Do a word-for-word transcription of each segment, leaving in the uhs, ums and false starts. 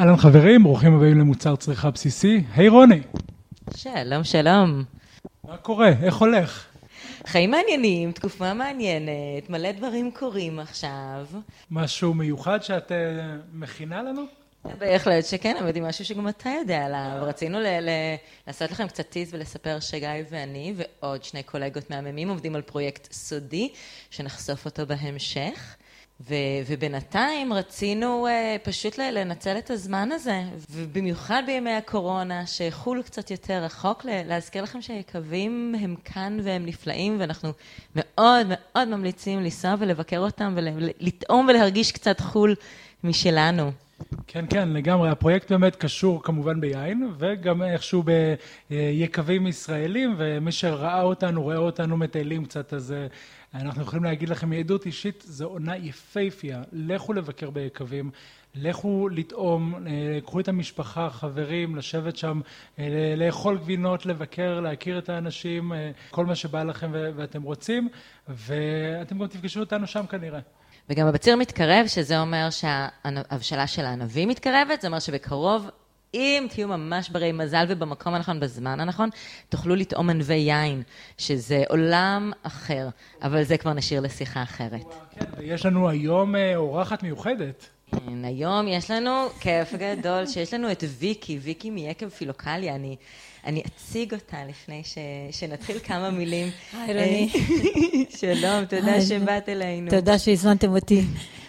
אהלן חברים, ברוכים הבאים למוצר צריכה בסיסי. היי רוני. שלום, שלום. מה קורה? איך הולך? חיים מעניינים, תקופה מעניינת, מלא דברים קורים עכשיו. משהו מיוחד שאת מכינה לנו? בהחלט שכן, אבל זה משהו שגם אתה יודע עליו. רצינו ל- ל- לעשות לכם קצת טיז ולספר שגיא ואני ועוד שני קולגות מהממים עובדים על פרויקט סודי, שנחשוף אותו בהמשך. ו- ובינתיים רצינו uh, פשוט לנצל את הזמן הזה, ובמיוחד בימי הקורונה, שחול קצת יותר רחוק, להזכיר לכם שהיקבים הם כאן והם נפלאים, ואנחנו מאוד מאוד ממליצים לנסוע ולבקר אותם, ולטעום ולהרגיש קצת חול משלנו. כן, כן, לגמרי. הפרויקט באמת קשור כמובן ביין, וגם איכשהו ביקבים ישראלים, ומי שראה אותנו, רואה אותנו מטיילים קצת, אז אנחנו יכולים להגיד לכם מעדות אישית, זו עונה יפהפייה. לכו לבקר ביקבים, לכו לטעום, קחו את המשפחה, חברים, לשבת שם, לאכול גבינות, לבקר, להכיר את האנשים, כל מה שבא לכם ואתם רוצים, ואתם גם תפגשו אותנו שם כנראה. וגם הבציר מתקרב, שזה אומר שההבשלה של הענבים מתקרבת, זה אומר שבקרוב, אם תהיו ממש ברי מזל ובמקום הנכון, בזמן הנכון, תוכלו לטעום ענבי יין, שזה עולם אחר, אבל זה כבר נשאיר לשיחה אחרת. כן, ויש לנו היום אורחת מיוחדת. כן, היום יש לנו כיף גדול, שיש לנו את ויקי, ויקי מיקב פילוקליה, אני... אני אציג אותה לפני ש... שנתחיל כמה מילים. היי רוני. שלום, תודה שבאת אלינו. תודה שהזמנתם אותי.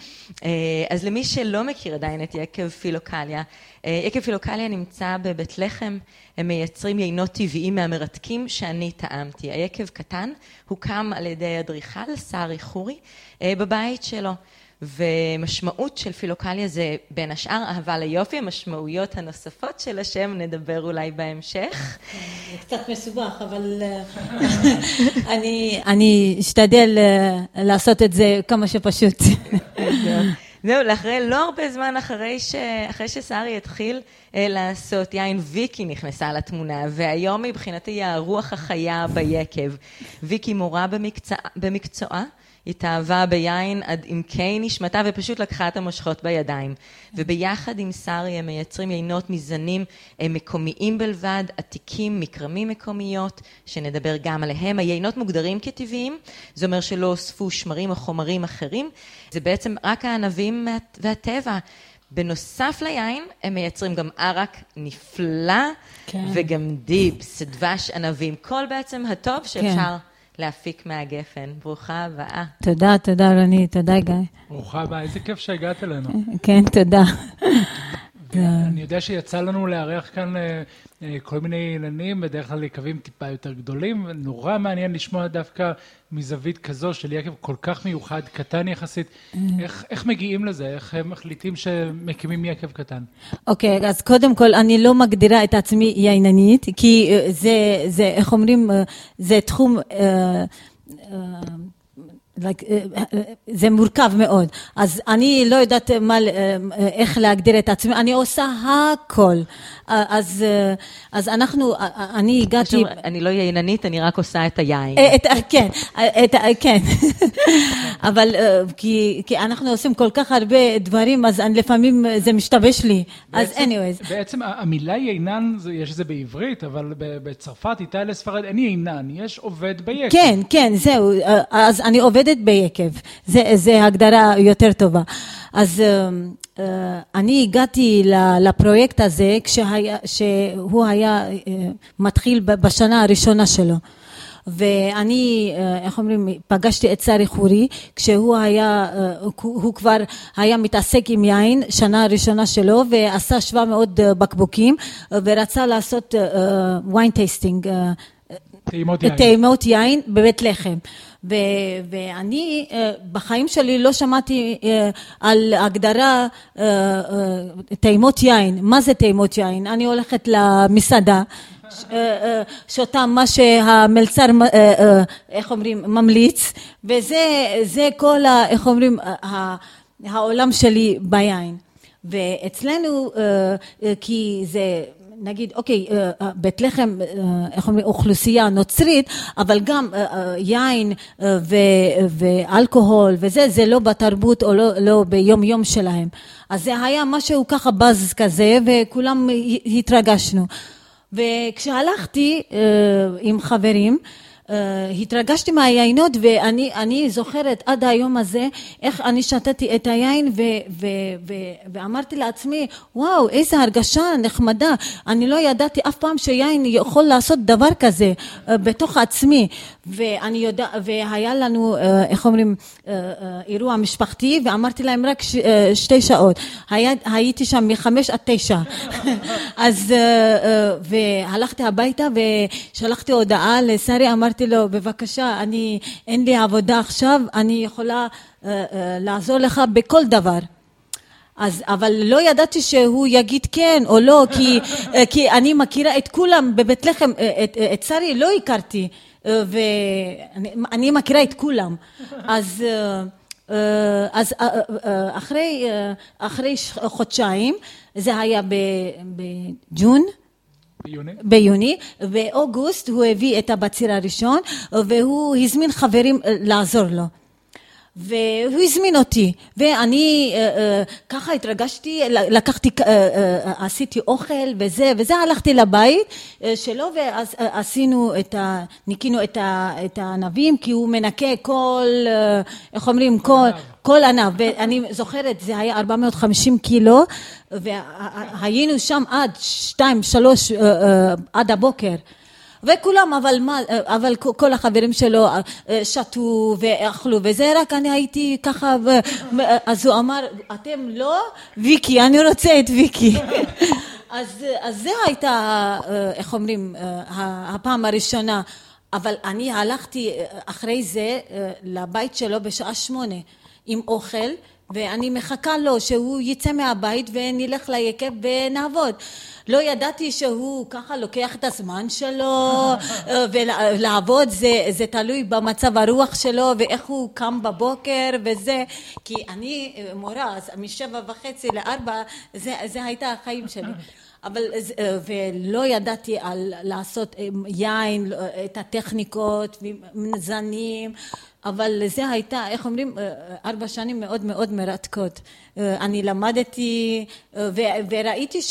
אז למי שלא מכיר עדיין את יקב פילוקליה, יקב פילוקליה נמצא בבית לחם, הם מייצרים יינות טבעיים מהמרתקים שאני טעמתי. היקב קטן הוקם על ידי אדריכל שרי חורי בבית שלו. ומשמעות של פילוקליה זה בין השאר אהבה ליופי, המשמעויות הנוספות של השם נדבר אולי בהמשך. זה קצת מסובך, אבל אני אני אשתדל לעשות את זה כמה שפשוט. זהו, לאחרי לא הרבה זמן אחרי ש אחרי ששרי התחיל לעשות יין, ויקי נכנסה לתמונה, והיום מבחינתי היא הרוח החיה ביקב. ויקי מורה במקצועה, התאהבה ביין עד עמקי נשמתה ופשוט לקחה את המושכות בידיים. וביחד עם שרי הם מייצרים יינות מזנים מקומיים בלבד, עתיקים, מקרמים מקומיות, שנדבר גם עליהם. היינות מוגדרים כטבעיים, זה אומר שלא הוספו שמרים או חומרים אחרים, זה בעצם רק הענבים והטבע. בנוסף ליין, הם מייצרים גם ערק נפלא, כן. וגם דיפס, דבש ענבים, כל בעצם הטוב שאפשר... כן. להפיק מהגפן. ברוכה הבאה. תודה, תודה רוני, תודה גיא. ברוכה הבאה, איזה כיף שהגעת אלינו. כן, תודה. אני יודע שיצא לנו לארח כאן כל מיני עניינים, בדרך כלל יקבים טיפה יותר גדולים, נורא מעניין לשמוע דווקא מזווית כזו של יקב כל כך מיוחד, קטן יחסית. איך, איך מגיעים לזה? איך הם מחליטים שמקימים יקב קטן? אוקיי, אז קודם כל אני לא מגדירה את עצמי ייננית, כי זה, זה, איך אומרים, זה תחום... Like, זה מורכב מאוד. אז אני לא יודעת מה, איך להגדיר את עצמי. אני עושה הכל. אז, אז אנחנו, אני הגעתי... אני לא ייננית, אני רק עושה את היין. את, כן, את, כן. אבל כי, כי אנחנו עושים כל כך הרבה דברים, אז לפעמים זה משתבש לי. אז anyways. בעצם המילה יינן, יש את זה בעברית, אבל בצרפת, איטליה, ספרד, אין יינן, יש עובד ביקב. כן, כן, זהו. אז אני עובדת ביקב. זה, זה הגדרה יותר טובה. אז uh, uh, אני הגעתי לפרויקט הזה כשהיה, שהוא היה uh, מתחיל בשנה הראשונה שלו. ואני, uh, איך אומרים, פגשתי את שרי חורי, כשהוא היה, uh, הוא, הוא כבר היה מתעסק עם יין, שנה הראשונה שלו, ועשה שבע מאות בקבוקים, uh, ורצה לעשות וויין טייסטינג, טעימות יין בבית לחם. ו- ואני בחיים שלי לא שמעתי על הגדרה טעימות יין. מה זה טעימות יין? אני הולכת למסעדה, שותה מה שהמלצר, איך אומרים, ממליץ, וזה זה כל, איך אומרים, העולם שלי ביין. ואצלנו, כי זה נגיד, אוקיי, בית לחם, איך אומרים, אוכלוסייה נוצרית, אבל גם יין ואלכוהול וזה, זה לא בתרבות או לא, לא ביום יום שלהם. אז זה היה משהו ככה בז כזה, וכולם התרגשנו. וכשהלכתי עם חברים, התרגשתי מהיינות, ואני אני זוכרת עד היום הזה איך אני שתתי את היין ו, ו, ו, ואמרתי לעצמי, וואו, איזה הרגשה נחמדה. אני לא ידעתי אף פעם שיין יכול לעשות דבר כזה בתוך עצמי. ואני יודע, והיה לנו, איך אומרים, אירוע משפחתי, ואמרתי להם רק ש, שתי שעות. היה, הייתי שם מחמש עד תשע. אז, והלכתי הביתה ושלחתי הודעה לשרי, אמרתי לו, בבקשה, אני, אין לי עבודה עכשיו, אני יכולה uh, uh, לעזור לך בכל דבר. אז, אבל לא ידעתי שהוא יגיד כן או לא, כי, uh, כי אני מכירה את כולם בבית לחם, את, את שרי לא הכרתי, uh, ואני אני מכירה את כולם. אז, uh, uh, אז uh, uh, אחרי, uh, אחרי חודשיים, זה היה בג'ון, ביוני. ביוני, באוגוסט הוא הביא את הבציר הראשון, והוא הזמין חברים לעזור לו. והוא הזמין אותי, ואני ככה התרגשתי, לקחתי, עשיתי אוכל וזה, וזה הלכתי לבית שלו, ועשינו את ה, ניקינו את הענבים, כי הוא מנקה כל, איך אומרים, כל, כל ענב, ואני זוכרת, זה היה ארבע מאות וחמישים קילו, והיינו שם עד שתיים, שלוש, עד הבוקר. וכולם, אבל מה, אבל כל החברים שלו שתו ואכלו, וזה רק אני הייתי ככה, אז הוא אמר, אתם לא? ויקי, אני רוצה את ויקי. אז, אז זה הייתה, איך אומרים, הפעם הראשונה, אבל אני הלכתי אחרי זה לבית שלו בשעה שמונה, עם אוכל, ואני מחכה לו שהוא יצא מהבית ונלך ליקב ונעבוד. לא ידעתי שהוא ככה לוקח את הזמן שלו, ולעבוד זה, זה תלוי במצב הרוח שלו, ואיך הוא קם בבוקר וזה, כי אני מורה, אז משבע וחצי לארבע, זה, זה הייתה החיים שלי. אבל, ולא ידעתי על לעשות יין, את הטכניקות, מזנים, אבל זה הייתה, איך אומרים, ארבע שנים מאוד מאוד מרתקות. אני למדתי וראיתי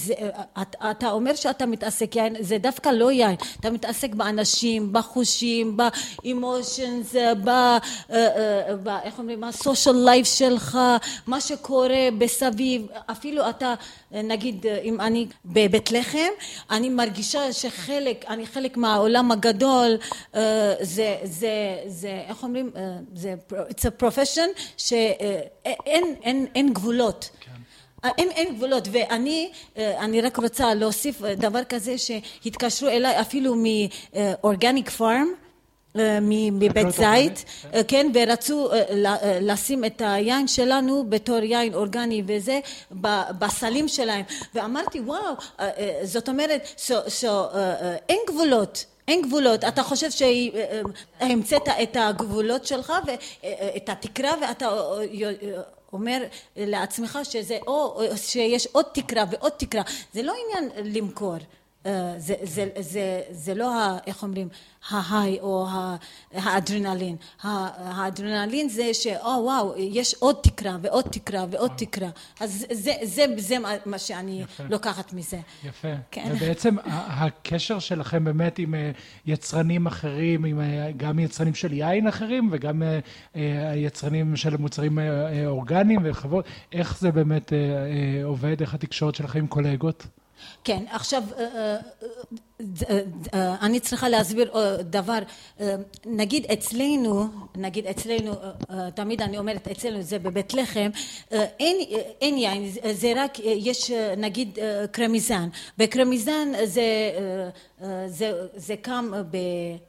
שאתה אומר שאתה מתעסק יין, זה דווקא לא יין, אתה מתעסק באנשים, בחושים, באמושיונס, איך אומרים, הסושיאל לייף שלך, מה שקורה בסביב, אפילו אתה, נגיד, אם אני בבית לחם, אני מרגישה שחלק, אני חלק מהעולם הגדול, זה, זה, זה, איך אומרים, זה, it's a profession שאין, אין, אין גבולות. אין, אין גבולות, ואני אני רק רוצה להוסיף דבר כזה שהתקשרו אליי אפילו מאורגניק פארם, מבית זית, כן, ורצו לשים את היין שלנו בתור יין אורגני וזה בסלים שלהם, ואמרתי וואו, זאת אומרת אין גבולות, אין גבולות, אתה חושב שהמצאת את הגבולות שלך ואת התקרה, ואתה אומר לעצמך שזה או שיש עוד תקרה ועוד תקרה, זה לא עניין למכור, זה, זה, זה, זה לא, איך אומרים, ההיי או האדרנלין. האדרנלין זה שאו וואו, יש עוד תקרה ועוד תקרה ועוד תקרה. אז זה, זה, זה מה שאני יפה. לוקחת מזה. יפה. כן. ובעצם הקשר שלכם באמת עם יצרנים אחרים, עם גם יצרנים של יין אחרים וגם יצרנים של מוצרים אורגניים וחברות, איך זה באמת עובד, איך התקשורת שלכם עם קולגות? כן, עכשיו אני צריכה להסביר דבר, נגיד אצלנו, נגיד אצלנו, תמיד אני אומרת אצלנו זה בבית לחם, אין, אין יין, זה רק, יש נגיד קרמיזן, בקרמיזן זה, זה, זה קם ב...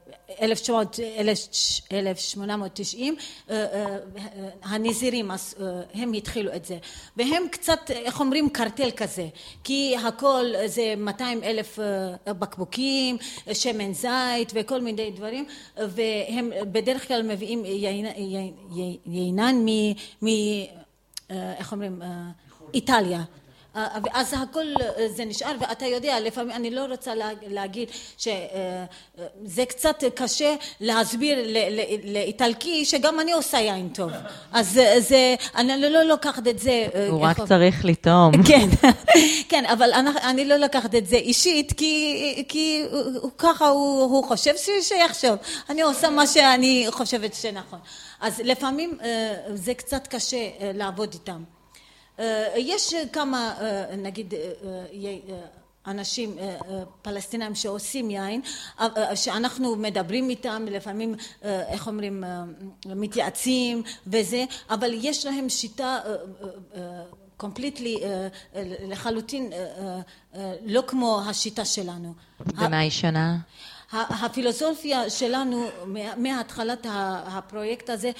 אלף שמונה מאות תשעים הנזירים הם התחילו את זה, והם קצת, איך אומרים, קרטל כזה, כי הכל זה מאתיים אלף בקבוקים, שמן זית וכל מיני דברים, והם בדרך כלל מביאים יינן מ... איך אומרים? איטליה. ואז הכל זה נשאר, ואתה יודע, לפעמים אני לא רוצה להגיד שזה קצת קשה להסביר לאיטלקי שגם אני עושה יין טוב. אז זה, אני לא לוקחת את זה... הוא רק צריך לטעום. כן, כן, אבל אני לא לקחת את זה אישית, כי ככה הוא חושב שיחשוב. אני עושה מה שאני חושבת שנכון. אז לפעמים זה קצת קשה לעבוד איתם. יש כמה, נגיד, אנשים פלסטינאים שעושים יין, שאנחנו מדברים איתם, לפעמים, איך אומרים, מתייעצים וזה, אבל יש להם שיטה completely, לחלוטין, לא כמו השיטה שלנו. במה היא שונה? הפילוסופיה שלנו מהתחלת הפרויקט הזה,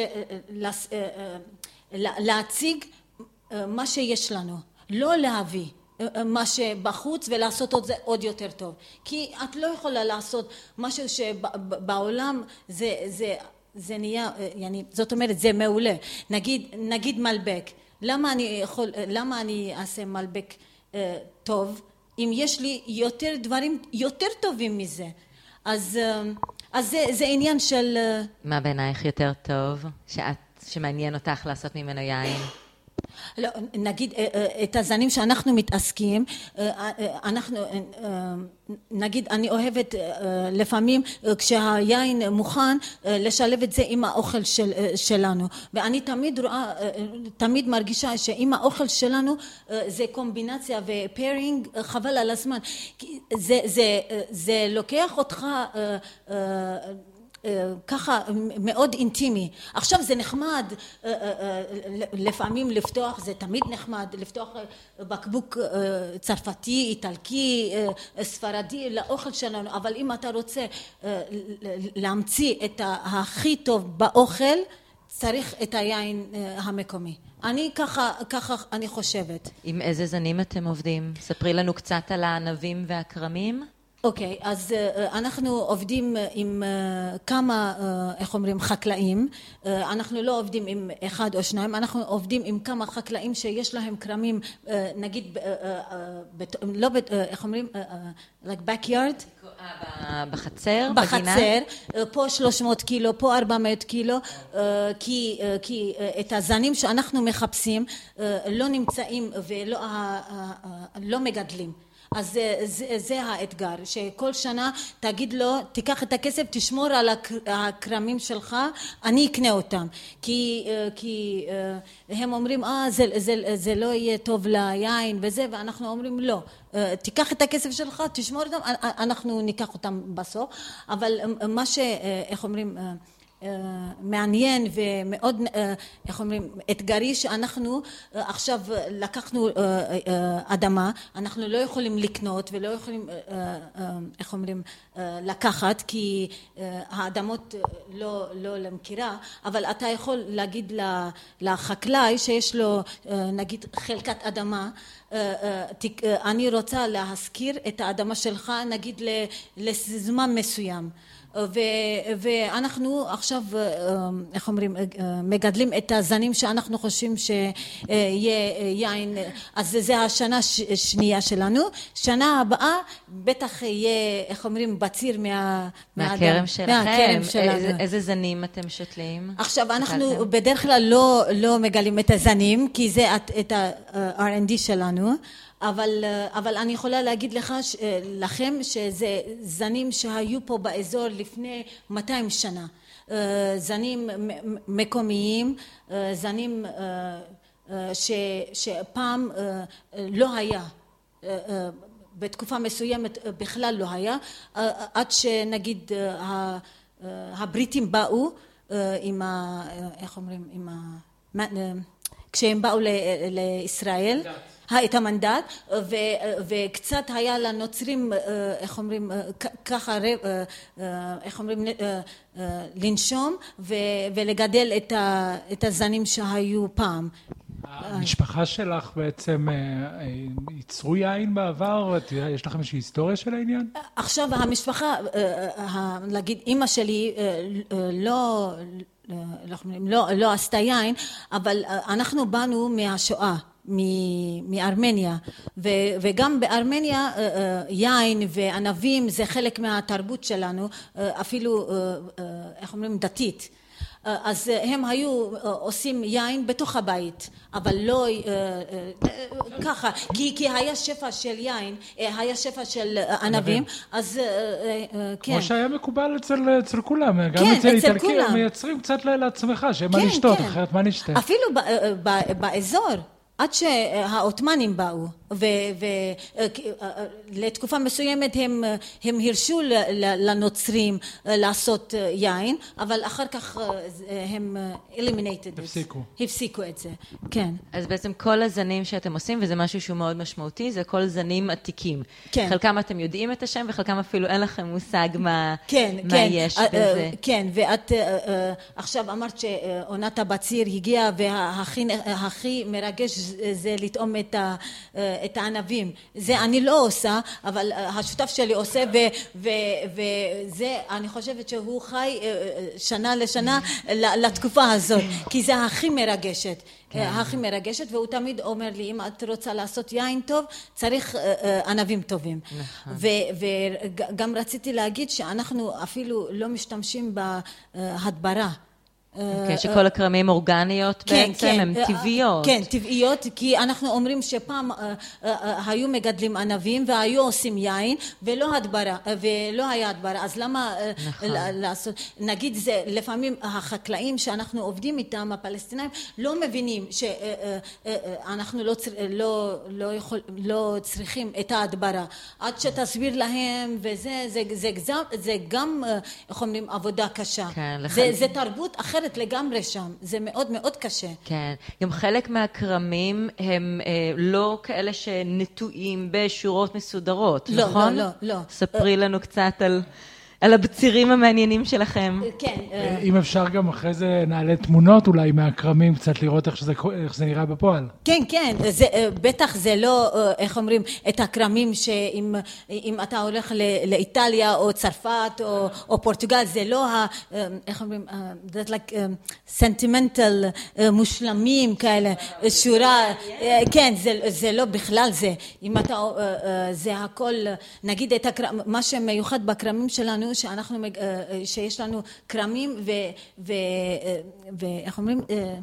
להציג מה שיש לנו, לא להביא מה שבחוץ ולעשות את זה עוד יותר טוב, כי את לא יכולה לעשות משהו שבעולם זה, זה, זה נהיה, يعني, זאת אומרת זה מעולה, נגיד, נגיד מלבק, למה אני יכול, למה אני אעשה מלבק אה, טוב אם יש לי יותר דברים יותר טובים מזה? אז, אז זה, זה עניין של... מה בעינייך יותר טוב שאת, שמעניין אותך לעשות ממנו יין? לא, נגיד את הזנים שאנחנו מתעסקים, אנחנו, נגיד אני אוהבת לפעמים כשהיין מוכן לשלב את זה עם האוכל של, שלנו, ואני תמיד רואה, תמיד מרגישה שעם האוכל שלנו זה קומבינציה ופיירינג חבל על הזמן, זה, זה, זה לוקח אותך ככה מאוד אינטימי. עכשיו זה נחמד לפעמים לפתוח, זה תמיד נחמד לפתוח בקבוק צרפתי, איטלקי, ספרדי לאוכל שלנו, אבל אם אתה רוצה להמציא את הכי טוב באוכל, צריך את היין המקומי. אני ככה, ככה אני חושבת. עם איזה זנים אתם עובדים? ספרי לנו קצת על הענבים והכרמים. אוקיי, אז אנחנו עובדים עם כמה, איך אומרים, חקלאים. אנחנו לא עובדים עם אחד או שניים, אנחנו עובדים עם כמה חקלאים שיש להם כרמים, נגיד, לא, איך אומרים, like backyard. בחצר, בחצר, פה שלוש מאות קילו, פה ארבע מאות קילו, כי, כי את הזנים שאנחנו מחפשים לא נמצאים ולא לא מגדלים. אז זה, זה, זה האתגר, שכל שנה תגיד לו, תיקח את הכסף, תשמור על הכרמים שלך, אני אקנה אותם. כי, כי הם אומרים, אה, זה, זה, זה לא יהיה טוב ליין וזה, ואנחנו אומרים, לא. תיקח את הכסף שלך, תשמור אותם, אנחנו ניקח אותם בסוף. אבל מה ש, איך אומרים, מעניין ומאוד, איך אומרים, אתגרי, שאנחנו עכשיו לקחנו אדמה, אנחנו לא יכולים לקנות ולא יכולים, איך אומרים, לקחת, כי האדמות לא, לא למכירה, אבל אתה יכול להגיד לחקלאי שיש לו, נגיד, חלקת אדמה, אני רוצה להזכיר את האדמה שלך, נגיד, לזמן מסוים. ואנחנו עכשיו, איך אומרים, מגדלים את הזנים שאנחנו חושבים שיהיה יין, אז זה השנה השנייה שלנו. שנה הבאה בטח יהיה, איך אומרים, בציר מהכרם שלכם. איזה זנים אתם שותלים? עכשיו, אנחנו בדרך כלל לא מגלים את הזנים, כי זה את ה-אר אנד די שלנו. אבל, אבל אני יכולה להגיד לך, לכם, שזה זנים שהיו פה באזור לפני מאתיים שנה. זנים מקומיים, זנים ש, שפעם לא היה, בתקופה מסוימת בכלל לא היה, עד שנגיד הבריטים באו עם ה, איך אומרים, עם ה, כשהם באו לישראל, את המנדט, וקצת היה לנוצרים, איך אומרים, ככה, איך אומרים, לנשום ולגדל את הזנים שהיו פעם. המשפחה שלך בעצם ייצרו יין בעבר? יש לכם איזושהי היסטוריה של העניין? עכשיו המשפחה, להגיד, אמא שלי לא, לא, לא עשתה יין, אבל אנחנו באנו מהשואה. מארמניה, וגם בארמניה יין וענבים זה חלק מהתרבות שלנו, אפילו איך אומרים דתית. אז הם היו עושים יין בתוך הבית, אבל לא ככה, כי, כי היה שפע של יין, היה שפע של ענבים, אז כן. כמו שהיה מקובל אצל, אצל כולם, גם כן, אצל אצל איטלקים כולם. מייצרים קצת לעצמך, שמה כן, לשתות, כן. אחרת מה נשתה. אפילו ב, ב, באזור. עד שהעות'מאנים באו, ולתקופה מסוימת הם, הם הרשו לנוצרים לעשות יין, אבל אחר כך הם eliminated הפסיקו. it. הפסיקו את זה, כן. אז בעצם כל הזנים שאתם עושים, וזה משהו שהוא מאוד משמעותי, זה כל זנים עתיקים. כן. חלקם אתם יודעים את השם, וחלקם אפילו אין לכם מושג מה, כן, מה כן, יש uh, בזה. Uh, כן, ואת uh, uh, עכשיו אמרת שעונת הבציר הגיעה, והכי מרגש זה לטעום את, ה, uh, את הענבים. זה אני לא עושה, אבל uh, השותף שלי עושה, ו, ו, וזה, אני חושבת שהוא חי uh, שנה לשנה לתקופה הזאת, כי זה הכי מרגשת. הכי מרגשת, והוא תמיד אומר לי, אם את רוצה לעשות יין טוב, צריך ענבים טובים. וגם רציתי להגיד שאנחנו אפילו לא משתמשים בהדברה. אוקיי, שכל הכרמים אורגניות בעצם הן טבעיות. כן, טבעיות, כי אנחנו אומרים שפעם היו מגדלים ענבים והיו עושים יין ולא הדברה, ולא היה הדברה, אז למה לעשות, נגיד זה, לפעמים החקלאים שאנחנו עובדים איתם, הפלסטינאים, לא מבינים שאנחנו לא צריכים את ההדברה, עד שתסביר להם, וזה זה גם, איך אומרים, עבודה קשה. זה תרבות אחרת. לגמרי שם, זה מאוד מאוד קשה. כן, גם חלק מהקרמים הם אה, לא כאלה שנטועים בשורות מסודרות, לא, נכון? לא, לא, לא. ספרי לנו קצת על, על הבצירים המעניינים שלכם. כן. אם אפשר גם אחרי זה נעלה תמונות אולי מהקרמים, קצת לראות איך, שזה, איך זה נראה בפועל. כן, כן, זה, בטח זה לא, איך אומרים, את הקרמים שאם אם אתה הולך לאיטליה או צרפת או, או פורטוגל, זה לא, ה, איך אומרים, that like sentimental, מושלמים כאלה, שורה, כן, זה, זה לא בכלל זה. אם אתה, זה הכל, נגיד את הקרם, מה שמיוחד בקרמים שלנו, שאנחנו, שיש לנו קרמים ו, ו, ואיך אומרים,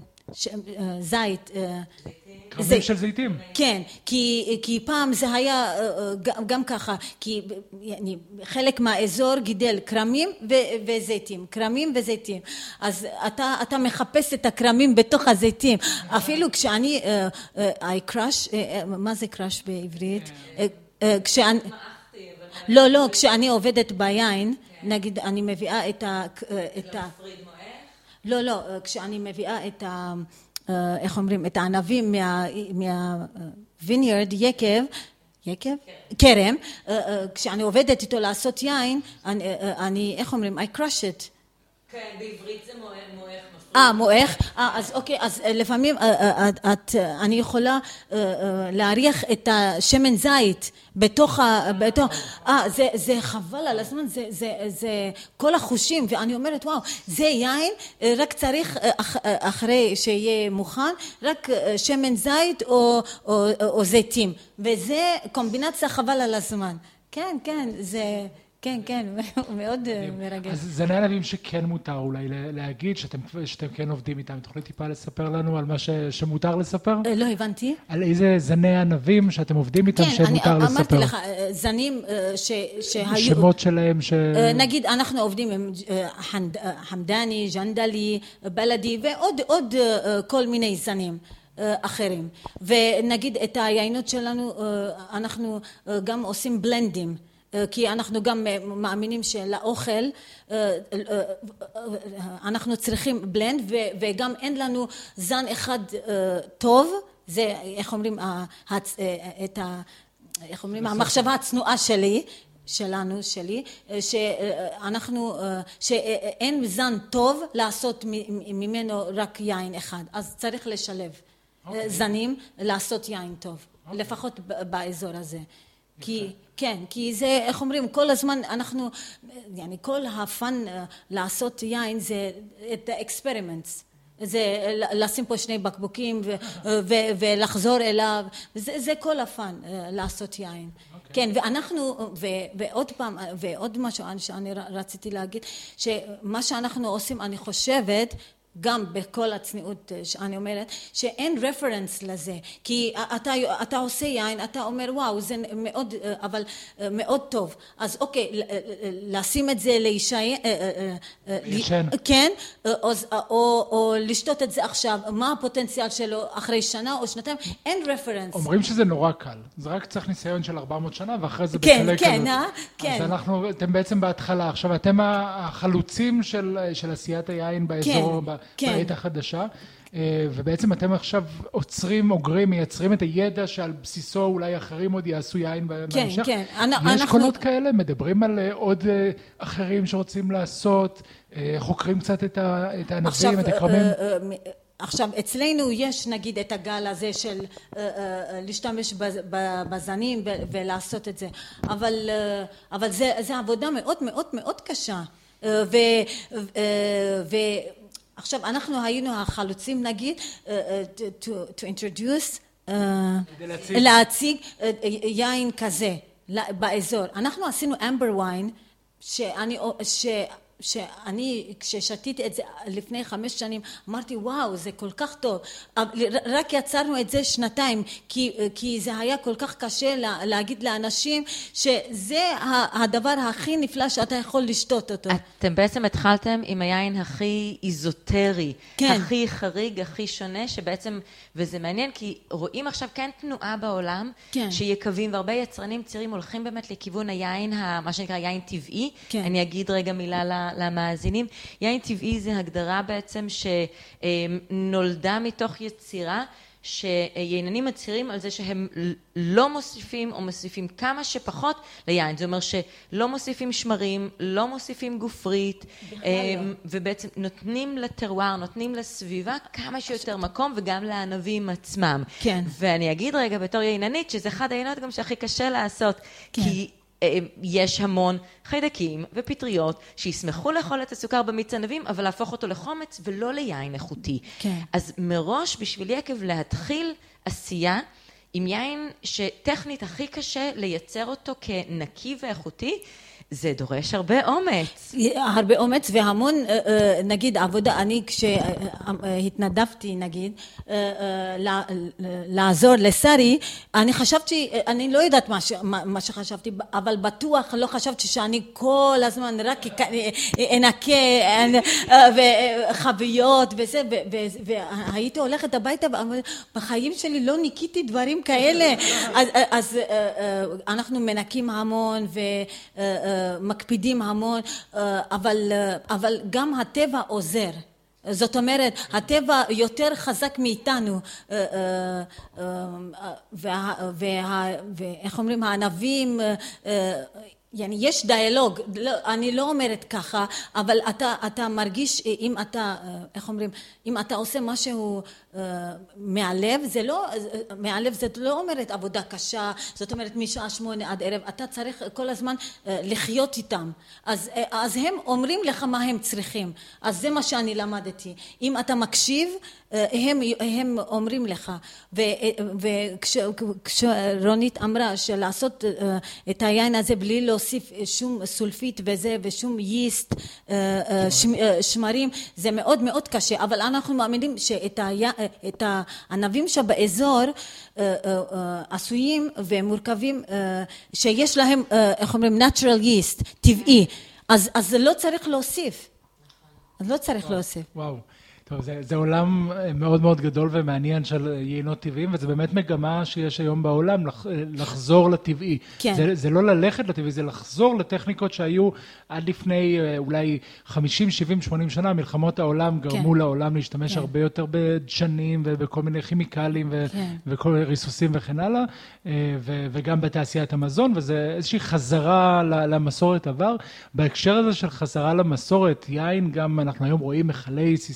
זית. קרמים של זיתים. כן, כי, כי פעם זה היה גם ככה, כי חלק מהאזור גידל קרמים וזיתים, קרמים וזיתים. אז אתה, אתה מחפש את הקרמים בתוך הזיתים. אפילו כשאני, I crush, מה זה crush בעברית? כשאני... לא, לא, כשאני עובדת ביין, נגיד, אני מביאה את ה... את ה... לא, לא, כשאני מביאה את ה... איך אומרים? את הענבים מה-vineyard, יקב, יקב? כרם, כשאני עובדת איתו לעשות יין, אני, איך אומרים? I crush it. כן, בעברית זה מוח מפריד. אה, מוח? אה, אז אוקיי, אז לפעמים את, אני יכולה להריח את השמן זית בתוך ה... אה, זה חבל על הזמן, זה כל החושים, ואני אומרת, וואו, זה יין, רק צריך אחרי שיהיה מוכן, רק שמן זית או זיתים, וזה קומבינציה חבל על הזמן. כן, כן, זה... כן, כן, מאוד מרגש. אז זני ענבים שכן מותר אולי להגיד, שאתם, שאתם כן עובדים איתם. תוכלי טיפה לספר לנו על מה ש, שמותר לספר? לא הבנתי. על איזה זני ענבים שאתם עובדים איתם שמותר לספר. כן, אמרתי לך, זנים ש, שהיו... שמות שלהם ש... נגיד, אנחנו עובדים עם חמדני, ג'נדלי, בלדי, ועוד עוד כל מיני זנים. אחרים. ונגיד את היינות שלנו, אנחנו גם עושים בלנדים. כי אנחנו גם מאמינים שלאוכל אנחנו צריכים בלנד, וגם אין לנו זן אחד טוב, זה איך אומרים, את ה, איך אומרים, המחשבה הצנועה שלי, שלנו, שלי, שאנחנו, שאין זן טוב לעשות ממנו רק יין אחד, אז צריך לשלב זנים לעשות יין טוב, לפחות באזור הזה. כי, כן, כי זה, איך אומרים, כל הזמן אנחנו, يعني כל הפן לעשות יין זה את האקספרימנטס. זה לשים פה שני בקבוקים ו- ו- ולחזור אליו, זה, זה כל הפן לעשות יין. Okay. כן, ואנחנו, ו- ועוד פעם, ועוד משהו שאני רציתי להגיד, שמה שאנחנו עושים, אני חושבת, גם בכל הצניעות שאני אומרת, שאין רפרנס לזה, כי אתה, אתה עושה יין, אתה אומר וואו זה מאוד, אבל מאוד טוב, אז אוקיי, לשים את זה להישען, כן, או, או, או לשתות את זה עכשיו, מה הפוטנציאל שלו אחרי שנה או שנתיים, אין רפרנס. אומרים שזה נורא קל, זה רק צריך ניסיון של ארבע מאות שנה ואחרי זה כן, בקלי כן, כזאת. אה? כן. אז אנחנו, אתם בעצם בהתחלה, עכשיו אתם החלוצים של, של עשיית היין באזור, כן. כן. בעת החדשה, ובעצם אתם עכשיו עוצרים, אוגרים, מייצרים את הידע שעל בסיסו אולי אחרים עוד יעשו יין בהמשך. כן, כן. יש אנחנו... קולות כאלה? מדברים על עוד אחרים שרוצים לעשות, חוקרים קצת את הענבים, עכשיו, את הכרמים? עכשיו, אצלנו יש נגיד את הגל הזה של uh, uh, להשתמש בזנים ולעשות את זה, אבל, uh, אבל זה, זה עבודה מאוד מאוד מאוד קשה. Uh, ו... Uh, ו עכשיו אנחנו היינו החלוצים נגיד uh, to, to introduce, uh, להציג, להציג uh, יין כזה באזור. אנחנו עשינו אמבר ויין שאני, ש, שאני כששתיתי את זה לפני חמש שנים אמרתי וואו זה כל כך טוב, רק יצרנו את זה שנתיים כי, כי זה היה כל כך קשה לה, להגיד לאנשים שזה הדבר הכי נפלא שאתה יכול לשתות אותו. אתם בעצם התחלתם עם היין הכי איזוטרי, כן. הכי חריג, הכי שונה, שבעצם, וזה מעניין כי רואים עכשיו כן תנועה בעולם, כן. שיקבים והרבה יצרנים צעירים הולכים באמת לכיוון היין, מה שנקרא יין טבעי, כן. אני אגיד רגע מילה למאזינים, יין טבעי זה הגדרה בעצם שנולדה מתוך יצירה, שייננים מצהירים על זה שהם לא מוסיפים או מוסיפים כמה שפחות ליין, זה אומר שלא מוסיפים שמרים, לא מוסיפים גופרית, ובעצם נותנים לטרוואר, נותנים לסביבה כמה שיותר מקום וגם לענבים עצמם. כן. ואני אגיד רגע בתור ייננית שזה אחד העינות גם שהכי קשה לעשות, כן. כי יש המון חיידקים ופטריות שישמחו לאכול את הסוכר במיץ ענבים, אבל להפוך אותו לחומץ ולא ליין איכותי. כן. אז מראש בשביל יקב להתחיל עשייה עם יין שטכנית הכי קשה לייצר אותו כנקי ואיכותי, זה דורש הרבה אומץ. הרבה אומץ והמון, נגיד, עבודה, אני כשהתנדבתי, נגיד, לעזור לשרי, אני חשבתי, אני לא יודעת מה שחשבתי, אבל בטוח לא חשבתי שאני כל הזמן רק אנקה וחוויות וזה, והייתי הולכת הביתה, בחיים שלי לא ניקיתי דברים כאלה, אז אנחנו מנקים המון ו... מקפידים המון, אבל, אבל גם הטבע עוזר. זאת אומרת, הטבע יותר חזק מאיתנו, ואיך אומרים, הענבים, يعني יש דיאלוג, לא, אני לא אומרת ככה, אבל אתה, אתה מרגיש, אם אתה, איך אומרים, אם אתה עושה משהו uh, מהלב, זה לא, מהלב זה לא אומרת עבודה קשה, זאת אומרת משעה שמונה עד ערב, אתה צריך כל הזמן uh, לחיות איתם, אז, uh, אז הם אומרים לך מה הם צריכים, אז זה מה שאני למדתי, אם אתה מקשיב, uh, הם, הם אומרים לך, וכשרונית אמרה שלעשות uh, את העין הזה בלי לא להוסיף שום סולפית וזה ושום ייסט, שמרים, זה מאוד מאוד קשה, אבל אנחנו מאמינים שאת הענבים שבאזור עשויים ומורכבים שיש להם, איך אומרים, natural yeast, טבעי, אז, אז לא צריך להוסיף, אז לא צריך להוסיף. וואו. טוב, זה, זה עולם מאוד מאוד גדול ומעניין של יינות טבעיים, וזה באמת מגמה שיש היום בעולם, לח, לחזור לטבעי. כן. זה, זה לא ללכת לטבעי, זה לחזור לטכניקות שהיו עד לפני אולי חמישים, שבעים, שמונים שנה, מלחמות העולם גרמו כן. לעולם להשתמש כן. הרבה יותר בדשנים ובכל מיני כימיקלים ו, כן. וכל ריסוסים וכן הלאה, ו, וגם בתעשיית המזון, וזה איזושהי חזרה למסורת עבר. בהקשר הזה של חזרה למסורת, יין גם אנחנו היום רואים מחלי סיסה מינרלים,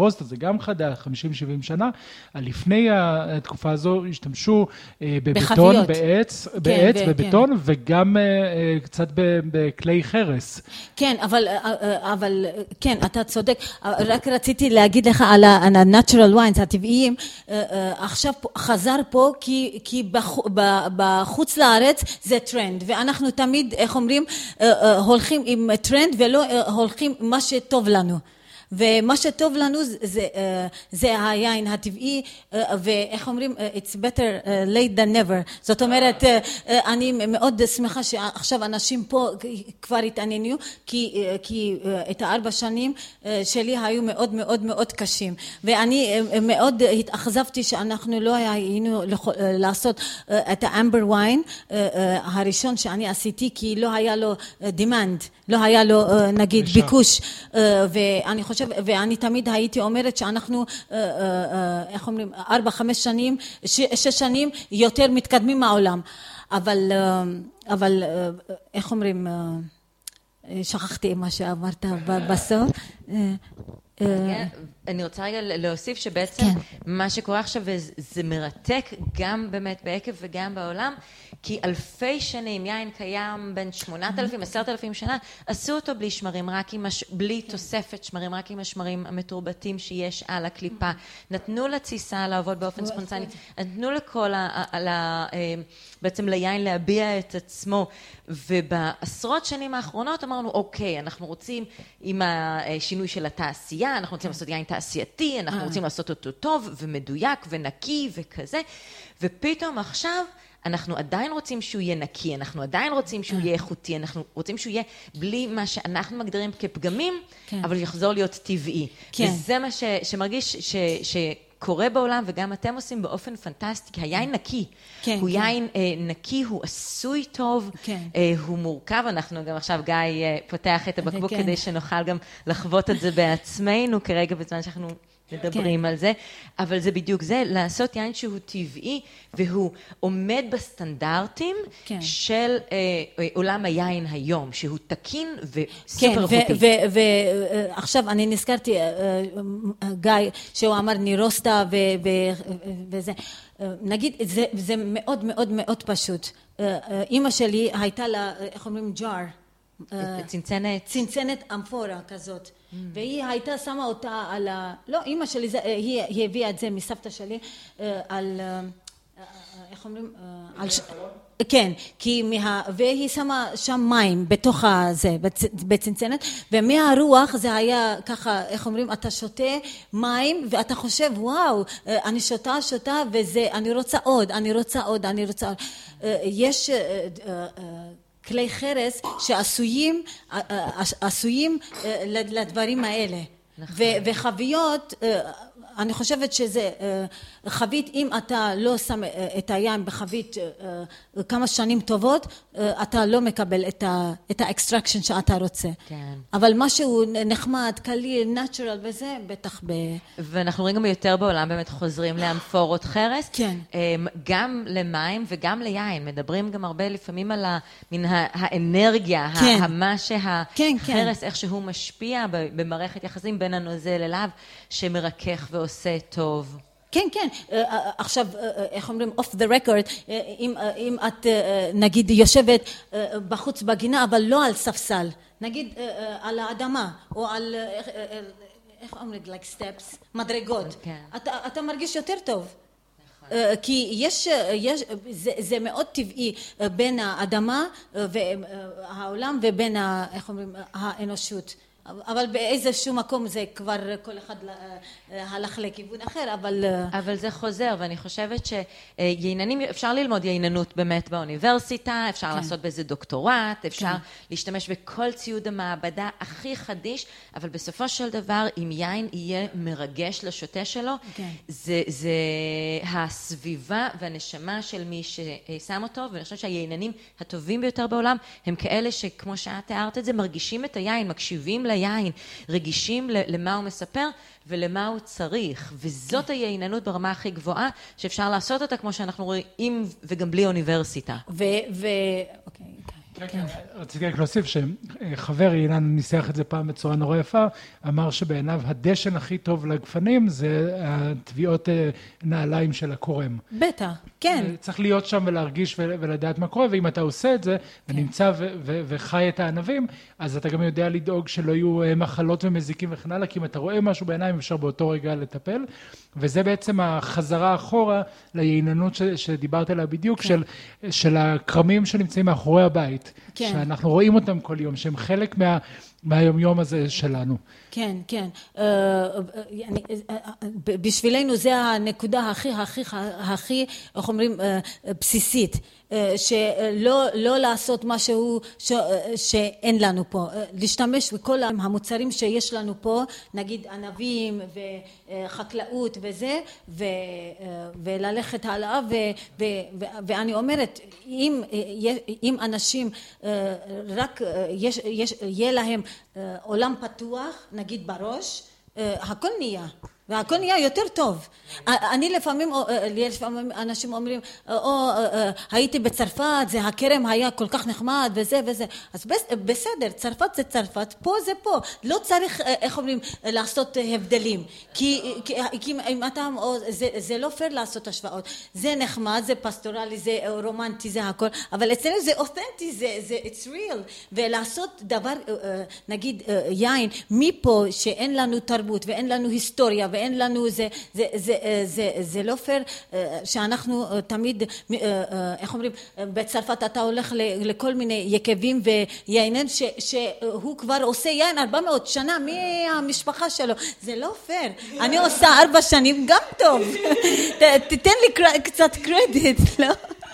הרוסטה, זה גם חדש, חמישים שבעים שנה. לפני התקופה הזו השתמשו בבטון, בעץ, בעץ, בבטון, וגם קצת בכלי חרס. כן, אבל, אבל, כן, אתה צודק. רק רציתי להגיד לך על ה-natural wines, הטבעיים, עכשיו חזר פה, כי, כי בחוץ לארץ זה טרנד, ואנחנו תמיד, איך אומרים, הולכים עם טרנד ולא הולכים מה שטוב לנו. ומה שטוב לנו זה, זה היין הטבעי, ואיך אומרים, it's better late than never. זאת אומרת, אני מאוד שמחה שעכשיו אנשים פה כבר התעניינו, כי, כי את הארבע שנים שלי היו מאוד מאוד מאוד קשים. ואני מאוד התאכזבתי שאנחנו לא היינו לעשות את האמבר ויין הראשון שאני עשיתי, כי לא היה לו demand, לא היה לו נגיד ביקוש, ואני חושב ואני תמיד הייתי אומרת שאנחנו, איך אומרים, ארבע, חמש שנים, שש שנים יותר מתקדמים מהעולם. אבל, אבל, איך אומרים, שכחתי מה שאמרת בסוף. אני רוצה רגע להוסיף שבעצם מה שקורה עכשיו זה מרתק גם באמת בעקב וגם בעולם, כי אלפי שנים יין קיים בין שמונת אלפים, עשרת אלפים שנה, עשו אותו בלי שמרים, רק עם, בלי תוספת שמרים, רק עם השמרים המתורבתים שיש על הקליפה. נתנו לתסיסה לעבוד באופן ספונטני, נתנו לכל, בעצם ליין להביע את עצמו, ובעשרות שנים האחרונות אמרנו, אוקיי, אנחנו רוצים עם השינוי של התעשייה, אנחנו רוצים לעשות יין תעשייתי, אנחנו רוצים לעשות אותו טוב ומדויק ונקי וכזה, ופתאום עכשיו אנחנו עדיין רוצים שהוא יהיה נקי, אנחנו עדיין רוצים שהוא יהיה איכותי, אנחנו רוצים שהוא יהיה בלי מה שאנחנו מגדירים כפגמים, אבל יחזור להיות טבעי. וזה מה ש, שמרגיש ש, שקורה בעולם, וגם אתם עושים באופן פנטסטי, כי היין נקי. כן, הוא כן. יין אה, נקי, הוא עשוי טוב, כן. אה, הוא מורכב, אנחנו גם עכשיו, גיא, אה, פותח את הבקבוק כן. כדי שנוכל גם לחוות את זה בעצמנו, כרגע בזמן שאנחנו מדברים כן. על זה, אבל זה בדיוק זה, לעשות יין שהוא טבעי, והוא עומד בסטנדרטים כן. של אה, עולם היין היום, שהוא תקין וסופר כן, איכותי. ועכשיו אני נזכרתי, אה, גיא, שהוא אמר נירוסטה ו, ו, וזה, נגיד, זה, זה מאוד מאוד מאוד פשוט. אמא שלי הייתה לה, איך אומרים, ג'אר. צנצנת. צנצנת אמפורה כזאת. והיא הייתה שמה אותה על ה... לא, אמא שלי, היא, היא הביאה את זה מסבתא שלי, על... איך אומרים? על... כן, כי מה... והיא שמה שם מים בתוך הזה, בצנצנת, ומהרוח זה היה ככה, איך אומרים, אתה שותה מים, ואתה חושב, וואו, אני שותה, שותה, וזה, אני רוצה עוד, אני רוצה עוד, אני רוצה עוד. יש... כלי חרס שעשויים עשויים לדברים האלה. וחביות, אני חושבת שזה חבית, אם אתה לא שם את היין בחבית כמה שנים טובות, אתה לא מקבל את האקסטרקשן שאתה רוצה. כן. אבל משהו נחמד, קליל, נטורל וזה, בטח ב... ואנחנו רואים גם יותר בעולם, באמת חוזרים לאמפורות חרס. כן. גם למים וגם ליין. מדברים גם הרבה לפעמים על מן האנרגיה, כן. מה שהחרס, כן, כן. איך שהוא משפיע במערכת יחסים בין הנוזל אליו, שמרכך ועושה טוב. כן, כן. עכשיו, איך אומרים, off the record, אם, אם את, נגיד, יושבת בחוץ בגינה, אבל לא על ספסל, נגיד, על האדמה, או על, איך אומרים, like steps, מדרגות, אתה, אתה מרגיש יותר טוב. כי יש, יש, זה, זה מאוד טבעי בין האדמה והעולם ובין, איך אומרים, האנושות. אבל באיזשהו מקום זה כבר כל אחד הלך לכיוון אחר, אבל... אבל זה חוזר, ואני חושבת שייננים, אפשר ללמוד ייננות באמת באוניברסיטה, אפשר כן. לעשות בזה דוקטורט, אפשר כן. להשתמש בכל ציוד המעבדה הכי חדיש, אבל בסופו של דבר, אם יין יהיה מרגש לשוטה שלו, כן. זה, זה הסביבה והנשמה של מי ששם אותו, ואני חושבת שהייננים הטובים ביותר בעולם, הם כאלה שכמו שאת תיארת את זה, מרגישים את היין, מקשיבים ליין, רגישים למה הוא מספר ולמה הוא צריך, וזאת הייננות ברמה הכי גבוהה שאפשר לעשות אותה כמו שאנחנו רואים וגם בלי אוניברסיטה. ו... ו... אוקיי, כן, כן. רציתי רק להוסיף שחבר אילן ניסח את זה פעם בצורה נורא יפה, אמר שבעיניו הדשן הכי טוב לגפנים זה הטביעות נעליים של הקורם. בטח, כן. צריך להיות שם ולהרגיש ולדעת מה קורה, ואם אתה עושה את זה ונמצא וחי את הענבים, אז אתה גם יודע לדאוג שלא יהיו מחלות ומזיקים וכן הלאה, כי אם אתה רואה משהו בעיניים אפשר באותו רגע לטפל, וזה בעצם החזרה אחורה ליעיננות שדיברת עליה בדיוק, של, של הקרמים שנמצאים מאחורי הבית. כן. שאנחנו רואים אותם כל יום, שהם חלק מה, מהיומיום הזה שלנו. כן, כן. בשבילנו זה הנקודה הכי, הכי, הכי, איך אומרים, בסיסית. שלא לא לעשות משהו ש, שאין לנו פה, להשתמש בכל המוצרים שיש לנו פה, נגיד ענבים וחקלאות וזה, ו, וללכת הלאה, ו, ו, ו, ואני אומרת, אם, אם אנשים רק יש, יש, יהיה להם עולם פתוח, נגיד בראש, הכל נהיה. והכל נהיה יותר טוב. אני לפעמים, לפעמים אנשים אומרים, או, הייתי בצרפת, זה הכרם היה כל כך נחמד, וזה וזה. אז בסדר, צרפת זה צרפת, פה זה פה. לא צריך, איך אומרים, לעשות הבדלים. כי, כי אם אתה, זה, זה לא פייר לעשות השוואות. זה נחמד, זה פסטורלי, זה רומנטי, זה הכל. אבל אצלנו זה אותנטי, זה, זה, it's real. ולעשות דבר, נגיד, יין, מפה שאין לנו תרבות ואין לנו היסטוריה, ואין לנו, זה, זה, זה, זה, זה לא פייר שאנחנו תמיד, איך אומרים, בצרפת אתה הולך לכל מיני יקבים ויינן ש, שהוא כבר עושה יין ארבע מאות שנה מהמשפחה שלו. זה לא פייר. אני עושה ארבע שנים גם טוב. תתן לי קצת קרדיט, לא?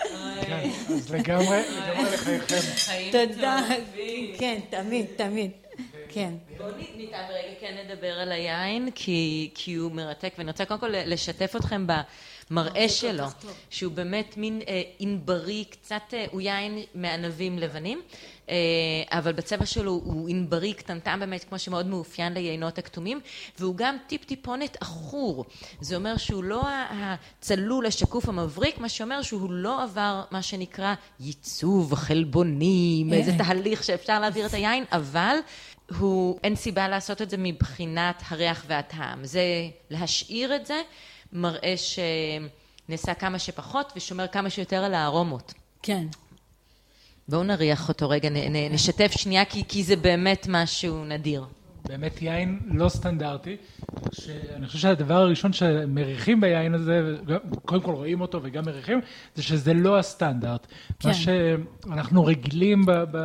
אז לגמרי, לגמרי לחייכם. תודה. כן, תמיד, תמיד. כן. בואו ניתן ברגע כן נדבר על היין, כי, כי הוא מרתק, ואני רוצה קודם כל לשתף אתכם במראה שלו, שהוא באמת מין אה, ענברי, קצת, אה, הוא יין מענבים לבנים, אה, אבל בצבע שלו הוא ענברי קטנטן באמת, כמו שמאוד מאופיין ליינות הכתומים, והוא גם טיפ טיפונת אחור. זה אומר שהוא לא הצלול, השקוף, המבריק, מה שאומר שהוא לא עבר מה שנקרא ייצוב, חלבונים, איזה תהליך שאפשר להעביר את היין, אבל הוא, אין סיבה לעשות את זה מבחינת הריח והטעם. זה להשאיר את זה, מראה שנעשה כמה שפחות ושומר כמה שיותר על הארומות. כן. בואו נריח אותו רגע, נ, נשתף שנייה, כי, כי זה באמת משהו נדיר. באמת יין לא סטנדרטי, שאני חושב שהדבר הראשון שמריחים ביין הזה, קודם כל רואים אותו וגם מריחים, זה שזה לא הסטנדרט. כן. מה שאנחנו רגילים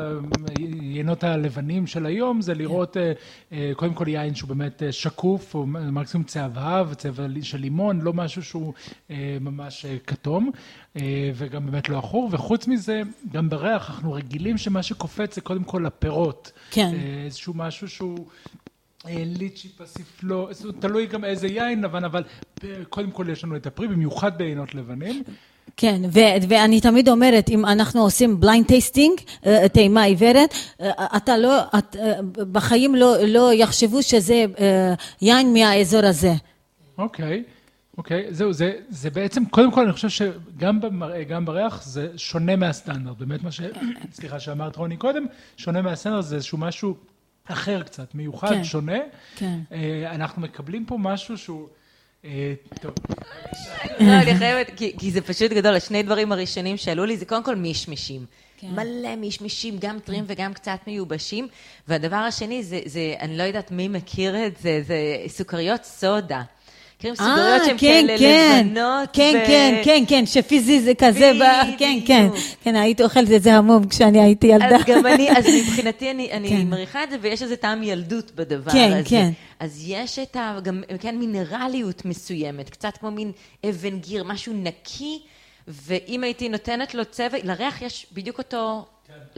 ביינות הלבנים של היום, זה לראות כן. קודם כל יין שהוא באמת שקוף, או מקסימום צהבהב, צבע של לימון, לא משהו שהוא ממש כתום, וגם באמת לא אחור, וחוץ מזה, גם בריח, אנחנו רגילים שמה שקופץ זה קודם כל הפירות. כן. איזשהו משהו שהוא ליצ'י, פסיפלו, תלוי גם איזה יין לבן, אבל קודם כל יש לנו את הפרי, במיוחד ביינות לבנים. כן, ו- ואני תמיד אומרת, אם אנחנו עושים בליינד טייסטינג, טעימה עיוורת, אתה לא, את, בחיים לא, לא יחשבו שזה יין מהאזור הזה. אוקיי. אוקיי, זהו, זה, זה בעצם, קודם כל אני חושב שגם במראה, גם בריח, זה שונה מהסטנדרט. באמת מה ש... סליחה שאמרת רוני קודם, שונה מהסטנדרט, זה איזשהו משהו אחר קצת, מיוחד, כן, שונה. כן. אנחנו מקבלים פה משהו שהוא... טוב. לא, אני חייבת, כי, כי זה פשוט גדול. השני דברים הראשונים שעלו לי, זה קודם כל מישמישים. כן. מלא מישמישים, גם טרים וגם קצת מיובשים. והדבר השני, זה, זה, אני לא יודעת מי מכיר את זה, זה סוכריות סודה. מכירים סוכריות שהן כאלה לבנות. כן, כן, כן, כן, שפיזי זה כזה, כן, כן, כן, הייתי אוכלת את זה המום כשאני הייתי ילדה. אז גם אני, אז מבחינתי אני מריחה את זה, ויש איזה טעם ילדות בדבר הזה. כן, כן. אז יש את ה, גם, כן, מינרליות מסוימת, קצת כמו מין אבן גיר, משהו נקי, ואם הייתי נותנת לו צבע, לריח יש בדיוק אותו,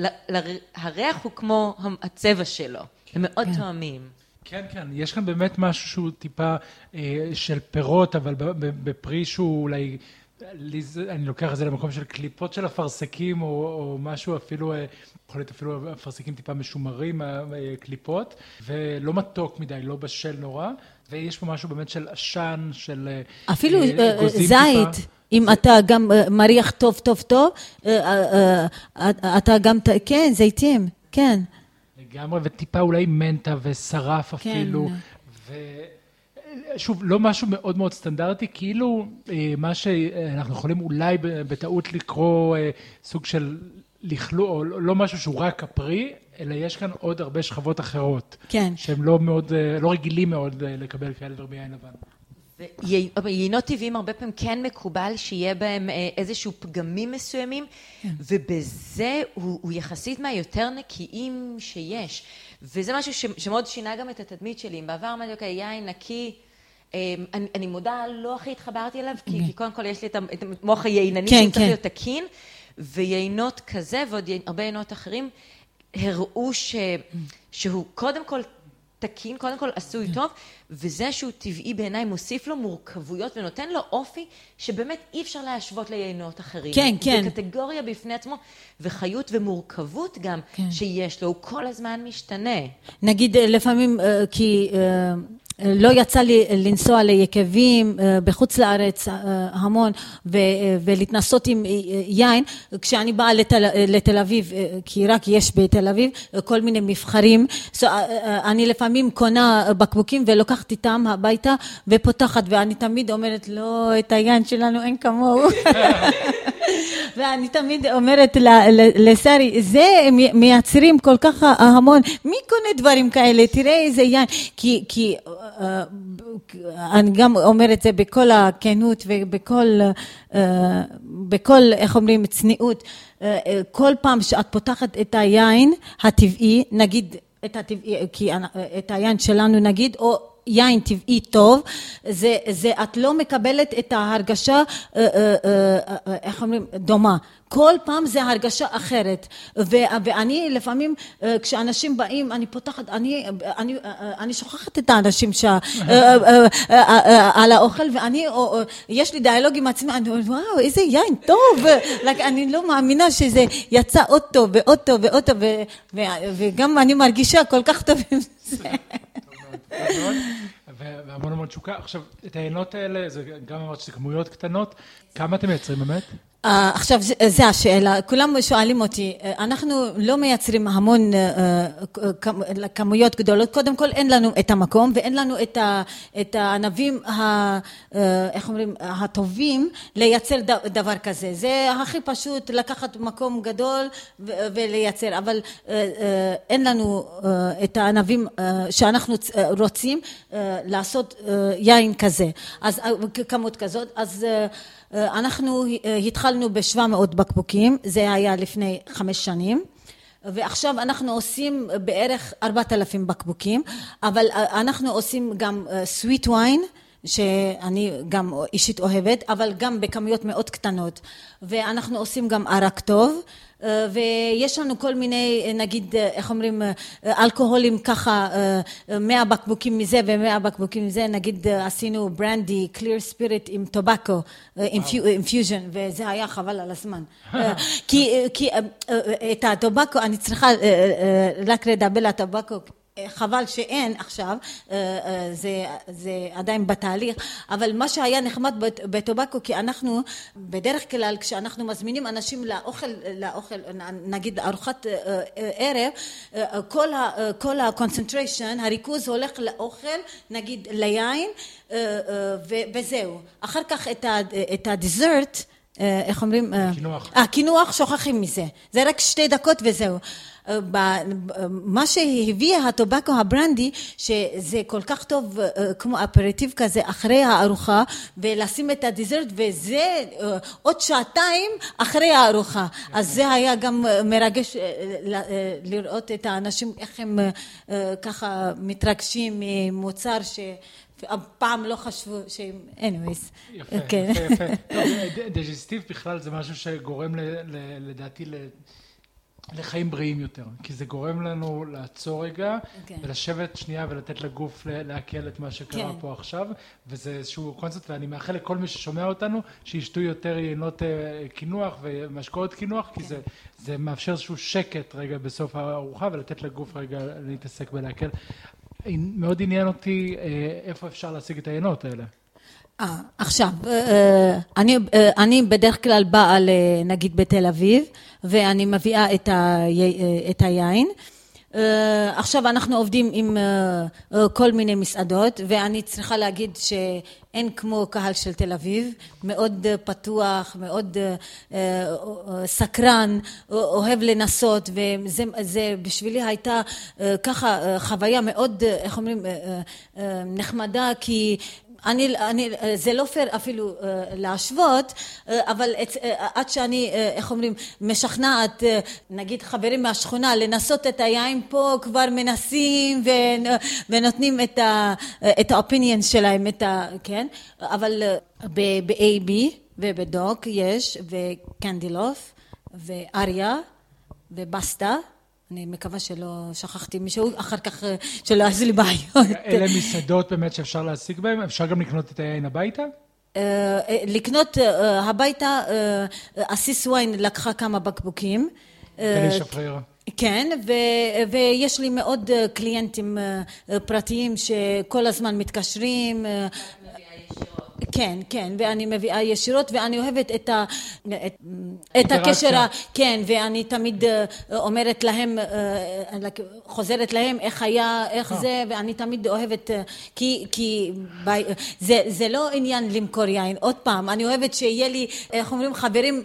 הריח הוא כמו הצבע שלו, הם מאוד תואמים. כן, כן, יש כאן באמת משהו שהוא טיפה אה, של פירות, אבל בפרי שהוא אולי אני לוקח את זה למקום של קליפות של אפרסקים, או, או משהו אפילו, יכול להיות אפילו אפרסקים טיפה משומרים, קליפות, ולא מתוק מדי, לא בשל נורא, ויש פה משהו באמת של עשן, של אפילו זית. טיפה. אם זה... אתה גם מריח טוב טוב טוב, אתה גם, כן, זיתים, כן. לגמרי, וטיפה אולי מנטה ושרף אפילו, כן. ושוב, לא משהו מאוד מאוד סטנדרטי, כאילו מה שאנחנו יכולים אולי בטעות לקרוא סוג של לכלוא, או לא משהו שהוא רק הפרי, אלא יש כאן עוד הרבה שכבות אחרות, כן. שהם לא מאוד, לא רגילים מאוד לקבל כאלה דברים מיין לבן. יינות טבעיים הרבה פעמים כן מקובל שיהיה בהם איזשהו פגמים מסוימים, כן. ובזה הוא, הוא יחסית מהיותר נקיים שיש. וזה משהו ש, שמאוד שינה גם את התדמית שלי. בעבר אמרתי, אוקיי, יין נקי, אני, אני מודה, לא הכי התחברתי אליו, כי, כי קודם כל יש לי את המוח היינני, כן, שצריך להיות תקין, ויינות כזה ועוד הרבה יינות אחרים, הראו ש, שהוא קודם כל תקין, קודם כל עשוי טוב, וזה שהוא טבעי בעיניי מוסיף לו מורכבויות ונותן לו אופי שבאמת אי אפשר להשוות ליינות אחרים. כן, כן. זה קטגוריה בפני עצמו, וחיות ומורכבות גם כן. שיש לו, הוא כל הזמן משתנה. נגיד לפעמים כי לא יצא לי לנסוע ליקבים בחוץ לארץ המון ולהתנסות עם יין, כשאני באה לתל, לתל אביב, כי רק יש בתל אביב כל מיני מבחרים, so, אני לפעמים קונה בקבוקים ולוקחת איתם הביתה ופותחת, ואני תמיד אומרת, לא, את היין שלנו אין כמוהו. ואני תמיד אומרת לסרי, זה מייצרים כל כך המון, מי קונה דברים כאלה? תראה איזה יין, כי, כי אני גם אומרת זה בכל הכנות ובכל, בכל, איך אומרים, צניעות, כל פעם שאת פותחת את היין הטבעי, נגיד את הטבעי, כי את היין שלנו נגיד, או יין טבעי טוב, זה, זה, את לא מקבלת את ההרגשה, איך אומרים, דומה. כל פעם זה הרגשה אחרת. ו, ואני לפעמים, כשאנשים באים, אני פותחת, אני, אני, אני שוכחת את האנשים ש, על האוכל, ואני, יש לי דיאלוג עם עצמי, אני אומרת, וואו, איזה יין טוב. אני לא מאמינה שזה יצא עוד טוב, ועוד טוב, ועוד טוב, וגם אני מרגישה כל כך טוב עם זה. והמון המון תשוקה. עכשיו, את היינות האלה, זה גם אמרת שזה כמויות קטנות, כמה אתם מייצרים באמת? עכשיו, זה השאלה. כולם שואלים אותי, אנחנו לא מייצרים המון כמויות גדולות. קודם כל, אין לנו את המקום, ואין לנו את הענבים, איך אומרים, הטובים, לייצר דבר כזה. זה הכי פשוט לקחת מקום גדול ולייצר, אבל אין לנו את הענבים שאנחנו רוצים לעשות יין כזה. אז כמות כזאת, אז אנחנו התחלנו ב-שבע מאות בקבוקים, זה היה לפני חמש שנים, ועכשיו אנחנו עושים בערך ארבעת אלפים בקבוקים, אבל אנחנו עושים גם sweet wine, שאני גם אישית אוהבת, אבל גם בכמויות מאוד קטנות, ואנחנו עושים גם ערק טוב, ויש לנו כל מיני, נגיד, איך אומרים, אלכוהולים ככה, מאה בקבוקים מזה ומאה בקבוקים מזה, נגיד עשינו ברנדי, קליר ספיריט עם טובקו, אינפיוז'ן, וזה היה חבל על הזמן. כי, כי את הטובקו, אני צריכה רק לדבר על הטובקו, חבל שאין עכשיו, זה, זה עדיין בתהליך, אבל מה שהיה נחמד בטובקו, כי אנחנו בדרך כלל כשאנחנו מזמינים אנשים לאוכל, לאוכל נגיד ארוחת ערב, כל, ה, כל ה-concentration, הריכוז הולך לאוכל, נגיד ליין, וזהו. אחר כך את, ה, את הדזרט, איך אומרים? קינוח. אה, קינוח, שוכחים מזה. זה רק שתי דקות וזהו. מה שהביא הטובקו הברנדי, שזה כל כך טוב כמו אפריטיב כזה אחרי הארוחה, ולשים את הדזרט, וזה עוד שעתיים אחרי הארוחה. אז זה היה גם מרגש לראות את האנשים, איך הם ככה מתרגשים ממוצר ש... פעם לא חשבו שהם, anyways. יפה, יפה, יפה. טוב, דג'סטיב בכלל זה משהו שגורם לדעתי לחיים בריאים יותר, כי זה גורם לנו לעצור רגע, כן. ולשבת שנייה ולתת לגוף לעכל את מה שקרה כן. פה עכשיו, וזה איזשהו קונספט, ואני מאחל לכל מי ששומע אותנו, שישתו יותר יינות קינוח ומשקאות קינוח, כי זה, זה מאפשר איזשהו שקט רגע בסוף הארוחה, ולתת לגוף רגע להתעסק ולעכל. מאוד עניין אותי איפה אפשר להשיג את היינות האלה. אה, עכשיו, אני, אני בדרך כלל באה נגיד בתל אביב, ואני מביאה את, ה, את היין. עכשיו אנחנו עובדים עם כל מיני מסעדות, ואני צריכה להגיד שאין כמו קהל של תל אביב, מאוד פתוח, מאוד סקרן, אוהב לנסות, וזה זה בשבילי הייתה ככה חוויה מאוד, איך אומרים, נחמדה, כי אני, אני, זה לא פייר אפילו uh, להשוות, uh, אבל את, uh, עד שאני, uh, איך אומרים, משכנעת, uh, נגיד חברים מהשכונה, לנסות את היין פה, כבר מנסים ו- ונותנים את ה- את האופיניון שלהם, את ה- כן? אבל uh, ב-איי בי ובדוק יש, וקנדילוף, ואריה, ובסטה, אני מקווה שלא שכחתי מישהו, אחר כך שלא יעשו לי בעיות. אלה מסעדות באמת שאפשר להשיג בהם? אפשר גם לקנות את היין הביתה? לקנות הביתה, אסיס ווין לקחה כמה בקבוקים. אלי שפריר. כן, ו- ויש לי מאוד קליינטים פרטיים שכל הזמן מתקשרים. כן, כן, ואני מביאה ישירות, ואני אוהבת את, ה, את, את הקשר, כן, ואני תמיד אומרת להם, חוזרת להם איך היה, איך זה, ואני תמיד אוהבת, כי, כי זה, זה לא עניין למכור יין, עוד פעם, אני אוהבת שיהיה לי, איך אומרים, חברים,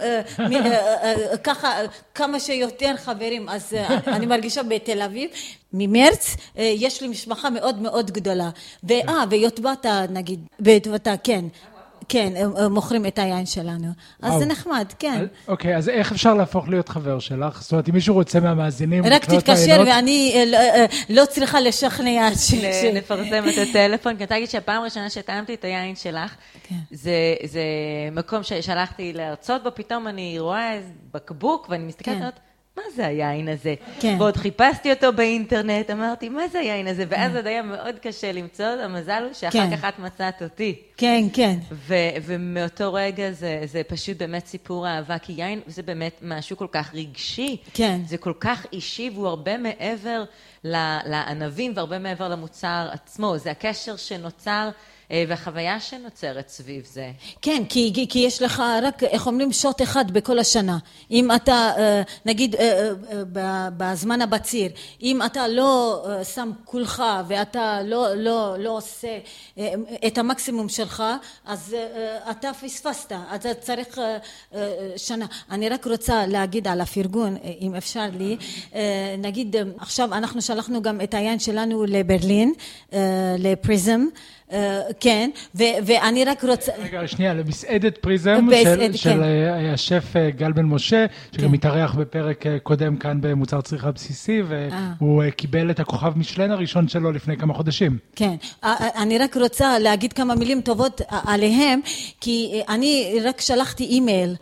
ככה, כמה שיותר חברים, אז אני מרגישה בתל אביב, ממרץ יש לי משפחה מאוד מאוד גדולה, ואה, ויוטבתה נגיד, ביוטבתה, כן, כן, מוכרים את היין שלנו, אז זה נחמד, כן. אוקיי, אז איך אפשר להפוך להיות חבר שלך? זאת אומרת, אם מישהו רוצה מהמאזינים... רק תתקשר ואני לא צריכה לשכנע... לפרסם את הטלפון, כי אני תגיד שהפעם הראשונה שטעמתי את היין שלך, זה מקום ששלחתי לארצות בו, פתאום אני רואה בקבוק ואני מסתכלת, מה זה היין הזה? כן. ועוד חיפשתי אותו באינטרנט, אמרתי, מה זה היין הזה? ואז עוד היה מאוד קשה למצוא, המזל הוא שאחר כן. כך את מצאת אותי. כן, כן. ו- ומאותו רגע זה, זה פשוט באמת סיפור אהבה, כי יין זה באמת משהו כל כך רגשי. כן. זה כל כך אישי, והוא הרבה מעבר לענבים והרבה מעבר למוצר עצמו. זה הקשר שנוצר והחוויה שנוצרת סביב זה. כן, כי, כי יש לך רק, איך אומרים, שוט אחד בכל השנה. אם אתה, נגיד, בזמן הבציר, אם אתה לא שם כולך ואתה לא, לא, לא עושה את המקסימום שלך, אז אתה פספסת, אתה צריך שנה. אני רק רוצה להגיד על הפרגון, אם אפשר לי, נגיד, עכשיו אנחנו שלחנו גם את היין שלנו לברלין, לפריזם, כן, ואני רק רוצה... רגע, שנייה, למסעדת פריזם של השף גל בן משה, שגם מתארח בפרק קודם כאן במוצר צריכה בסיסי, והוא קיבל את הכוכב משלן הראשון שלו לפני כמה חודשים. כן, אני רק רוצה להגיד כמה מילים טובות עליהם, כי אני רק שלחתי אימייל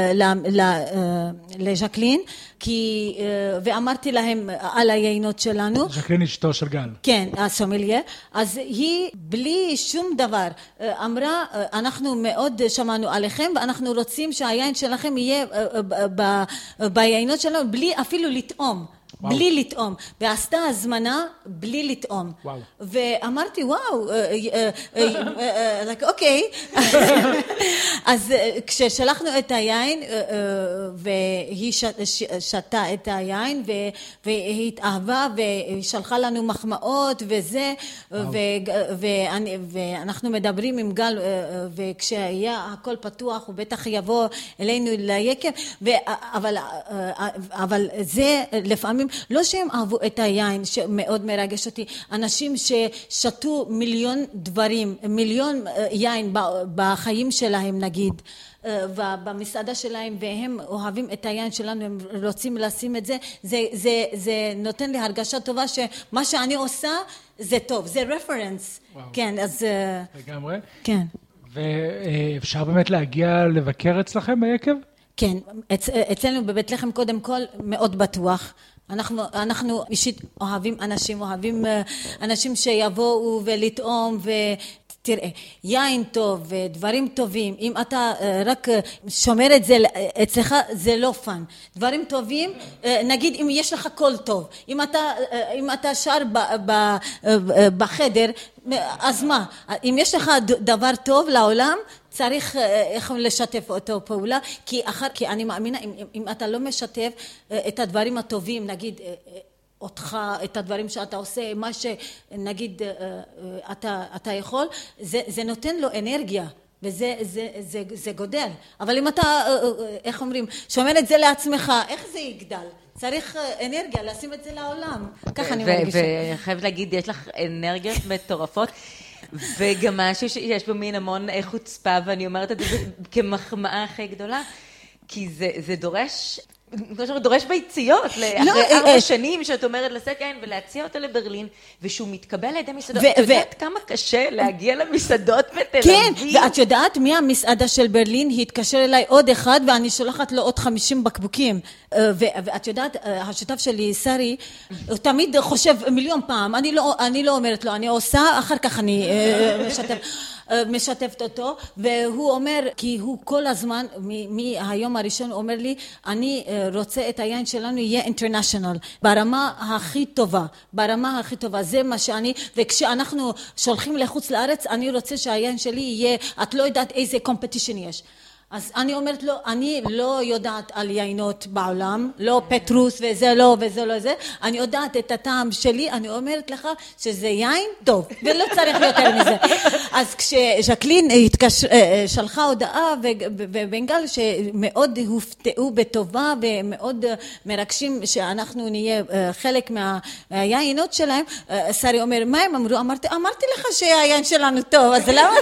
לז'קלין, כי, ואמרתי להם על היינות שלנו. ז'קלין אשתו של גל. כן, הסומליה. אז היא בלי שום דבר אמרה, אנחנו מאוד שמענו עליכם, ואנחנו רוצים שהיין שלכם יהיה ביינות שלנו, בלי אפילו לטעום. וואו. בלי לטעום, ועשתה הזמנה בלי לטעום. וואו. ואמרתי, וואו, אוקיי. אז כששלחנו את היין, והיא שתה את היין, והיא התאהבה, והיא שלחה לנו מחמאות, וזה, ואנחנו מדברים עם גל, וכשהיה הכל פתוח, הוא בטח יבוא אלינו ליקב, אבל זה לפעמים, לא שהם אהבו את היין שמאוד מרגש אותי, אנשים ששתו מיליון דברים, מיליון יין בחיים שלהם נגיד, ובמסעדה שלהם, והם אוהבים את היין שלנו, הם רוצים לשים את זה, זה, זה, זה נותן לי הרגשה טובה שמה שאני עושה זה טוב, זה רפרנס. וואו. כן, אז... לגמרי. כן. ואפשר באמת להגיע לבקר אצלכם ביקב? כן, אצ, אצלנו בבית לחם קודם כל מאוד בטוח. אנחנו, אנחנו אישית אוהבים אנשים, אוהבים אנשים שיבואו ולטעום ו... תראה, יין טוב ודברים טובים, אם אתה רק שומר את זה אצלך, זה לא פן. דברים טובים, נגיד אם יש לך קול טוב, אם אתה, אם אתה שר ב, ב, בחדר, אז מה? אם יש לך דבר טוב לעולם, צריך איך לשתף אותו פעולה, כי אחר, כי אני מאמינה, אם, אם אתה לא משתף את הדברים הטובים, נגיד, אותך, את הדברים שאתה עושה, מה שנגיד אתה, אתה יכול, זה, זה נותן לו אנרגיה, וזה, זה, זה, זה גודל. אבל אם אתה, איך אומרים, שומר את זה לעצמך, איך זה יגדל? צריך אנרגיה, לשים את זה לעולם. ככה אני מרגישה. וחייבת להגיד, יש לך אנרגיות מטורפות, וגם משהו שיש בו מין המון חוצפה, ואני אומרת את זה כמחמאה הכי גדולה, כי זה, זה דורש... דורש ביציות, אחרי ארבע שנים שאת אומרת לשאת יין ולהציע אותה לברלין, ושהוא מתקבל לידי מסעדות. את יודעת כמה קשה להגיע למסעדות בתל אביב? כן, ואת יודעת מי המסעדה של ברלין? היא התקשר אליי עוד אחד, ואני שולחת לו עוד חמישים בקבוקים. ואת יודעת, השותף שלי, שרי, הוא תמיד חושב מיליון פעם, אני לא אומרת לו, אני עושה, אחר כך אני משתף. משתפת אותו, והוא אומר, כי הוא כל הזמן, מהיום הראשון אומר לי, אני רוצה את היין שלנו יהיה אינטרנשיונל, ברמה הכי טובה, ברמה הכי טובה, זה מה שאני, וכשאנחנו שולחים לחוץ לארץ, אני רוצה שהיין שלי יהיה, את לא יודעת איזה קומפטישן יש. אז אני אומרת לו, אני לא יודעת על יינות בעולם, לא פטרוס וזה לא וזה לא זה, אני יודעת את הטעם שלי, אני אומרת לך שזה יין טוב, ולא צריך יותר מזה. אז כשז'קלין התקשר, שלחה הודעה, ובנגל שמאוד הופתעו בטובה, ומאוד מרגשים שאנחנו נהיה חלק מהיינות שלהם, שרי אומר, מה הם אמרו? אמרתי, אמרתי לך שהיין שלנו טוב, אז למה?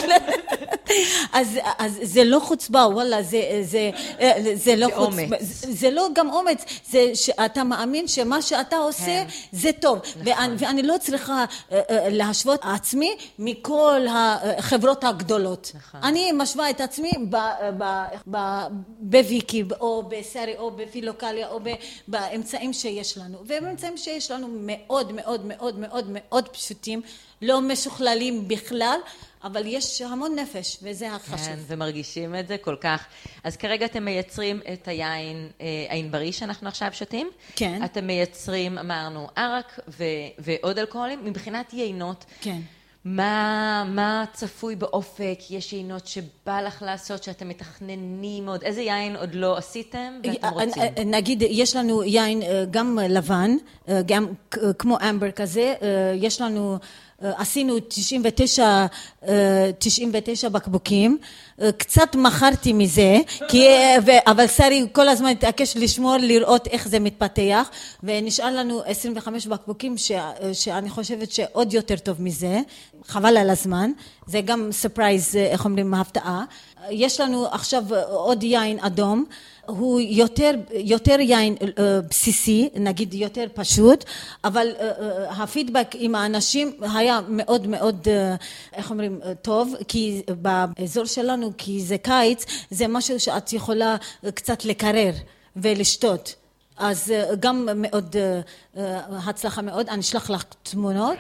אז, אז זה לא חוצבה, וואלה, זה, זה, זה לא חוצבה, זה לא גם אומץ, זה שאתה מאמין שמה שאתה עושה זה טוב, ואני, ואני לא צריכה להשוות עצמי מכל החברות הגדולות. אני משווה את עצמי בוויקי, או בסרי, או בפילוקליה, או באמצעים שיש לנו, ובאמצעים שיש לנו מאוד מאוד מאוד מאוד מאוד פשוטים, לא משוכללים בכלל, אבל יש המון נפש, וזה החשוב. כן, ומרגישים את זה כל כך. אז כרגע אתם מייצרים את היין, עין בריא שאנחנו עכשיו שותים. כן. אתם מייצרים, אמרנו, ערק ו- ועוד אלכוהולים. מבחינת יינות, כן. מה, מה צפוי באופק? יש יינות שבא לך לעשות, שאתם מתכננים עוד? איזה יין עוד לא עשיתם ואתם רוצים? נגיד, יש לנו יין גם לבן, גם כמו אמבר כזה, יש לנו... עשינו תשעים ותשע, תשעים ותשע בקבוקים, קצת מכרתי מזה, כי, אבל שרי כל הזמן התעקש לשמור, לראות איך זה מתפתח, ונשאר לנו עשרים וחמש בקבוקים ש, שאני חושבת שעוד יותר טוב מזה, חבל על הזמן, זה גם ספרייז, איך אומרים, הפתעה. יש לנו עכשיו עוד יין אדום, הוא יותר, יותר יין בסיסי, נגיד יותר פשוט, אבל הפידבק עם האנשים היה מאוד מאוד, איך אומרים, טוב, כי באזור שלנו, כי זה קיץ, זה משהו שאת יכולה קצת לקרר ולשתות. אז גם מאוד הצלחה מאוד, אני אשלח לך תמונות,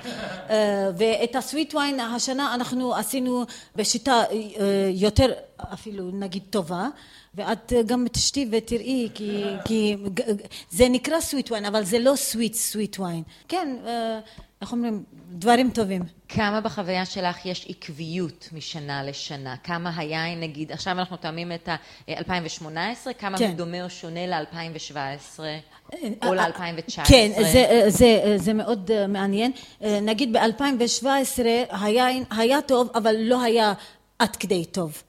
ואת הסוויט ויין השנה אנחנו עשינו בשיטה יותר אפילו נגיד טובה, ואת גם תשתי ותראי, כי, כי זה נקרא סוויט ויין, אבל זה לא סוויט סוויט ויין. כן, איך אומרים, דברים טובים. כמה בחוויה שלך יש עקביות משנה לשנה? כמה היין, נגיד, עכשיו אנחנו תאמים את ה-אלפיים שמונה עשרה, כמה כן. הוא דומה או שונה ל-אלפיים שבע עשרה או ל-אלפיים תשע עשרה? כן, זה, זה, זה מאוד מעניין. נגיד ב-אלפיים שבע עשרה היין היה טוב, אבל לא היה עד כדי טוב.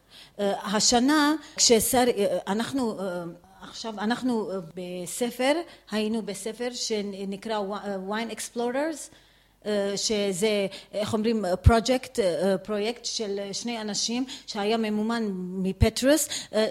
השנה, כששר, אנחנו... עכשיו, אנחנו בספר, היינו בספר שנקרא Wine Explorers, שזה, איך אומרים, פרויקט, פרויקט של שני אנשים שהיה ממומן מפטרוס,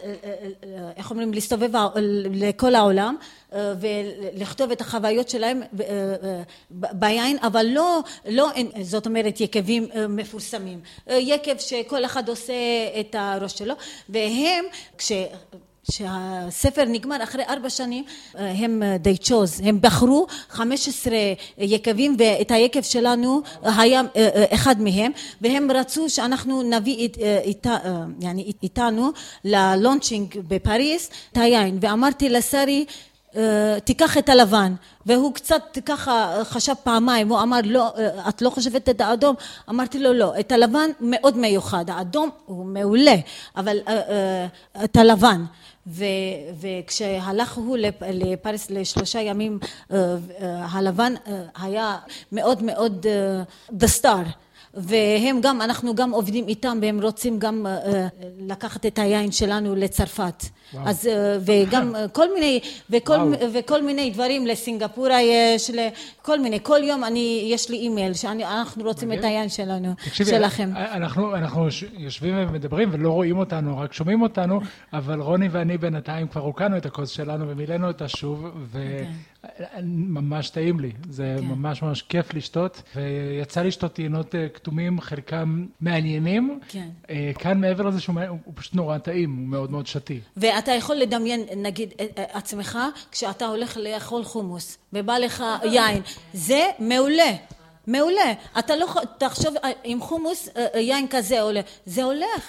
איך אומרים, להסתובב לכל העולם ולכתוב את החוויות שלהם ביין, אבל לא, לא, זאת אומרת, יקבים מפורסמים. יקב שכל אחד עושה את הראש שלו, והם, כש... שהספר נגמר אחרי ארבע שנים, הם they chose, הם בחרו חמש עשרה יקבים, ואת היקב שלנו היה אחד מהם, והם רצו שאנחנו נביא איתה, يعني איתנו ללונצ'ינג בפריז, את היין, ואמרתי לשרי, תיקח את הלבן, והוא קצת ככה חשב פעמיים, הוא אמר לא, את לא חושבת את האדום? אמרתי לו לא, את הלבן מאוד מיוחד, האדום הוא מעולה, אבל את הלבן, ו, וכשהלך הוא לפריס לשלושה ימים, הלבן היה מאוד מאוד the star, והם גם, אנחנו גם עובדים איתם, והם רוצים גם uh, לקחת את היין שלנו לצרפת. וואו. אז, uh, וגם uh, כל מיני, וכל, וכל מיני דברים לסינגפורה יש, כל מיני, כל יום אני, יש לי אימייל, שאנחנו רוצים מגן? את היין שלנו, תקשיבי, שלכם. אנחנו, אנחנו יושבים ומדברים ולא רואים אותנו, רק שומעים אותנו, אבל רוני ואני בינתיים כבר רוקנו את הכוס שלנו ומילאנו אותה שוב, ו... Okay. ממש טעים לי, זה כן. ממש ממש כיף לשתות, ויצא לשתות טעינות כתומים, חלקם מעניינים, כן. כאן מעבר לזה שהוא הוא פשוט נורא טעים, הוא מאוד מאוד שתי. ואתה יכול לדמיין, נגיד, עצמך, כשאתה הולך לאכול חומוס, ובא לך יין, זה מעולה, מעולה, אתה לא תחשוב עם חומוס יין כזה עולה, זה הולך.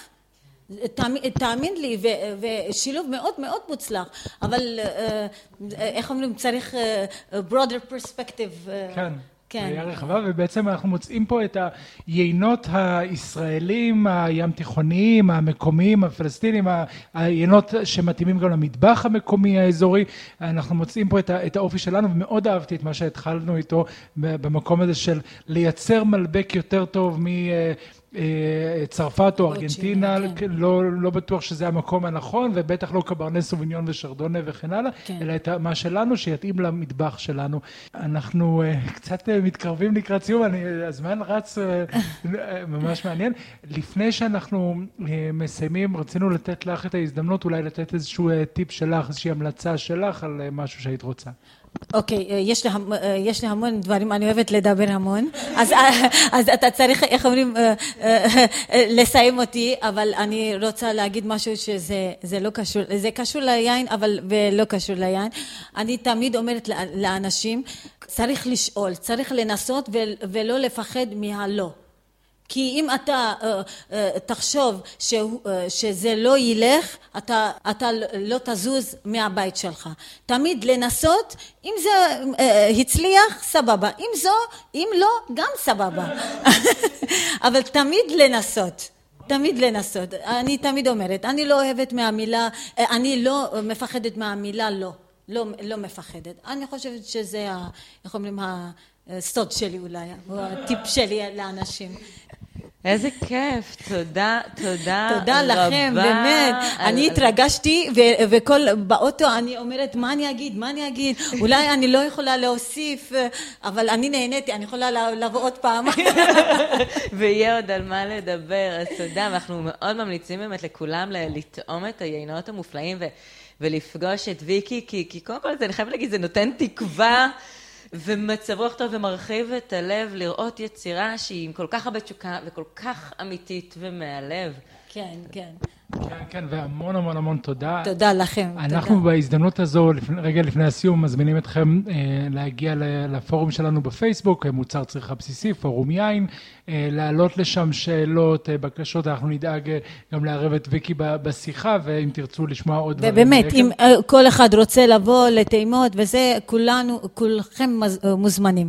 תאמין לי, ושילוב מאוד מאוד מוצלח, אבל איך אומרים, צריך broader perspective. כן, היה רחבה, ובעצם אנחנו מוצאים פה את היינות הישראלים, הים תיכוניים, המקומיים, הפלסטינים, היינות שמתאימים גם למטבח המקומי האזורי, אנחנו מוצאים פה את האופי שלנו, ומאוד אהבתי את מה שהתחלנו איתו במקום הזה של לייצר מלבק יותר טוב מ... צרפת או ארגנטינה, לא, לא בטוח שזה המקום הנכון, ובטח לא קברנה סוביניון ושרדונה וכן הלאה, אלא את מה שלנו שיתאים למטבח שלנו. אנחנו קצת מתקרבים לקראת סיום, אני, הזמן רץ ממש מעניין. לפני שאנחנו מסיימים, רצינו לתת לך את ההזדמנות, אולי לתת איזשהו טיפ שלך, איזושהי המלצה שלך על משהו שהיית רוצה. אוקיי, יש לי, יש לי המון דברים, אני אוהבת לדבר המון, אז, אז אתה צריך, איך אומרים, לסיים אותי, אבל אני רוצה להגיד משהו שזה זה לא קשור, זה קשור ליין, אבל לא קשור ליין. אני תמיד אומרת לאנשים, צריך לשאול, צריך לנסות ולא לפחד מהלא. כי אם אתה uh, uh, תחשוב ש, uh, שזה לא ילך, אתה, אתה לא תזוז מהבית שלך. תמיד לנסות, אם זה uh, הצליח, סבבה. אם זו, אם לא, גם סבבה. אבל תמיד לנסות. תמיד לנסות. אני תמיד אומרת, אני לא אוהבת מהמילה, אני לא מפחדת מהמילה לא. לא, לא מפחדת. אני חושבת שזה, איך אומרים, הסוד שלי אולי, או הטיפ שלי לאנשים. איזה כיף, תודה, תודה רבה. תודה לכם, באמת. אני התרגשתי, וכל באוטו אני אומרת, מה אני אגיד, מה אני אגיד? אולי אני לא יכולה להוסיף, אבל אני נהניתי, אני יכולה לבוא עוד פעם. ויהיה עוד על מה לדבר, אז תודה. אנחנו מאוד ממליצים באמת לכולם לטעום את היינות המופלאים, ולפגוש את ויקי, כי קודם כל, אני חייבת להגיד, זה נותן תקווה, ומצב רוח טוב ומרחיב את הלב לראות יצירה שהיא עם כל כך הרבה תשוקה וכל כך אמיתית ומהלב. כן, כן. כן, כן, והמון המון המון תודה. תודה לכם. אנחנו תודה. בהזדמנות הזו, לפני, רגע לפני הסיום, מזמינים אתכם אה, להגיע לפורום שלנו בפייסבוק, מוצר צריכה בסיסי, פורום יין, אה, לעלות לשם שאלות, אה, בקשות, אנחנו נדאג אה, גם לערב את ויקי בשיחה, ואם תרצו לשמוע עוד דברים. ובאמת, אם אה, כל אחד רוצה לבוא לטעימות וזה, כולנו, כולכם מוזמנים.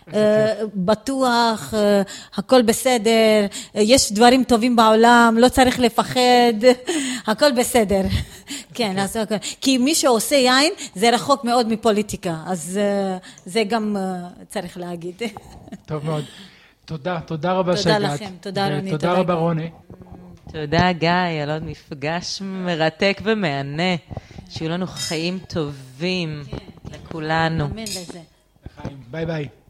בטוח, הכל בסדר, יש דברים טובים בעולם, לא צריך לפחד, הכל בסדר. כן, אז כי מי שעושה יין זה רחוק מאוד מפוליטיקה, אז זה גם צריך להגיד. טוב מאוד. תודה, תודה רבה שהגעת. תודה לכם, תודה רוני. תודה רבה רוני. תודה גיא, על עוד מפגש מרתק ומענה. שיהיו לנו חיים טובים לכולנו. אמן לזה. ביי ביי.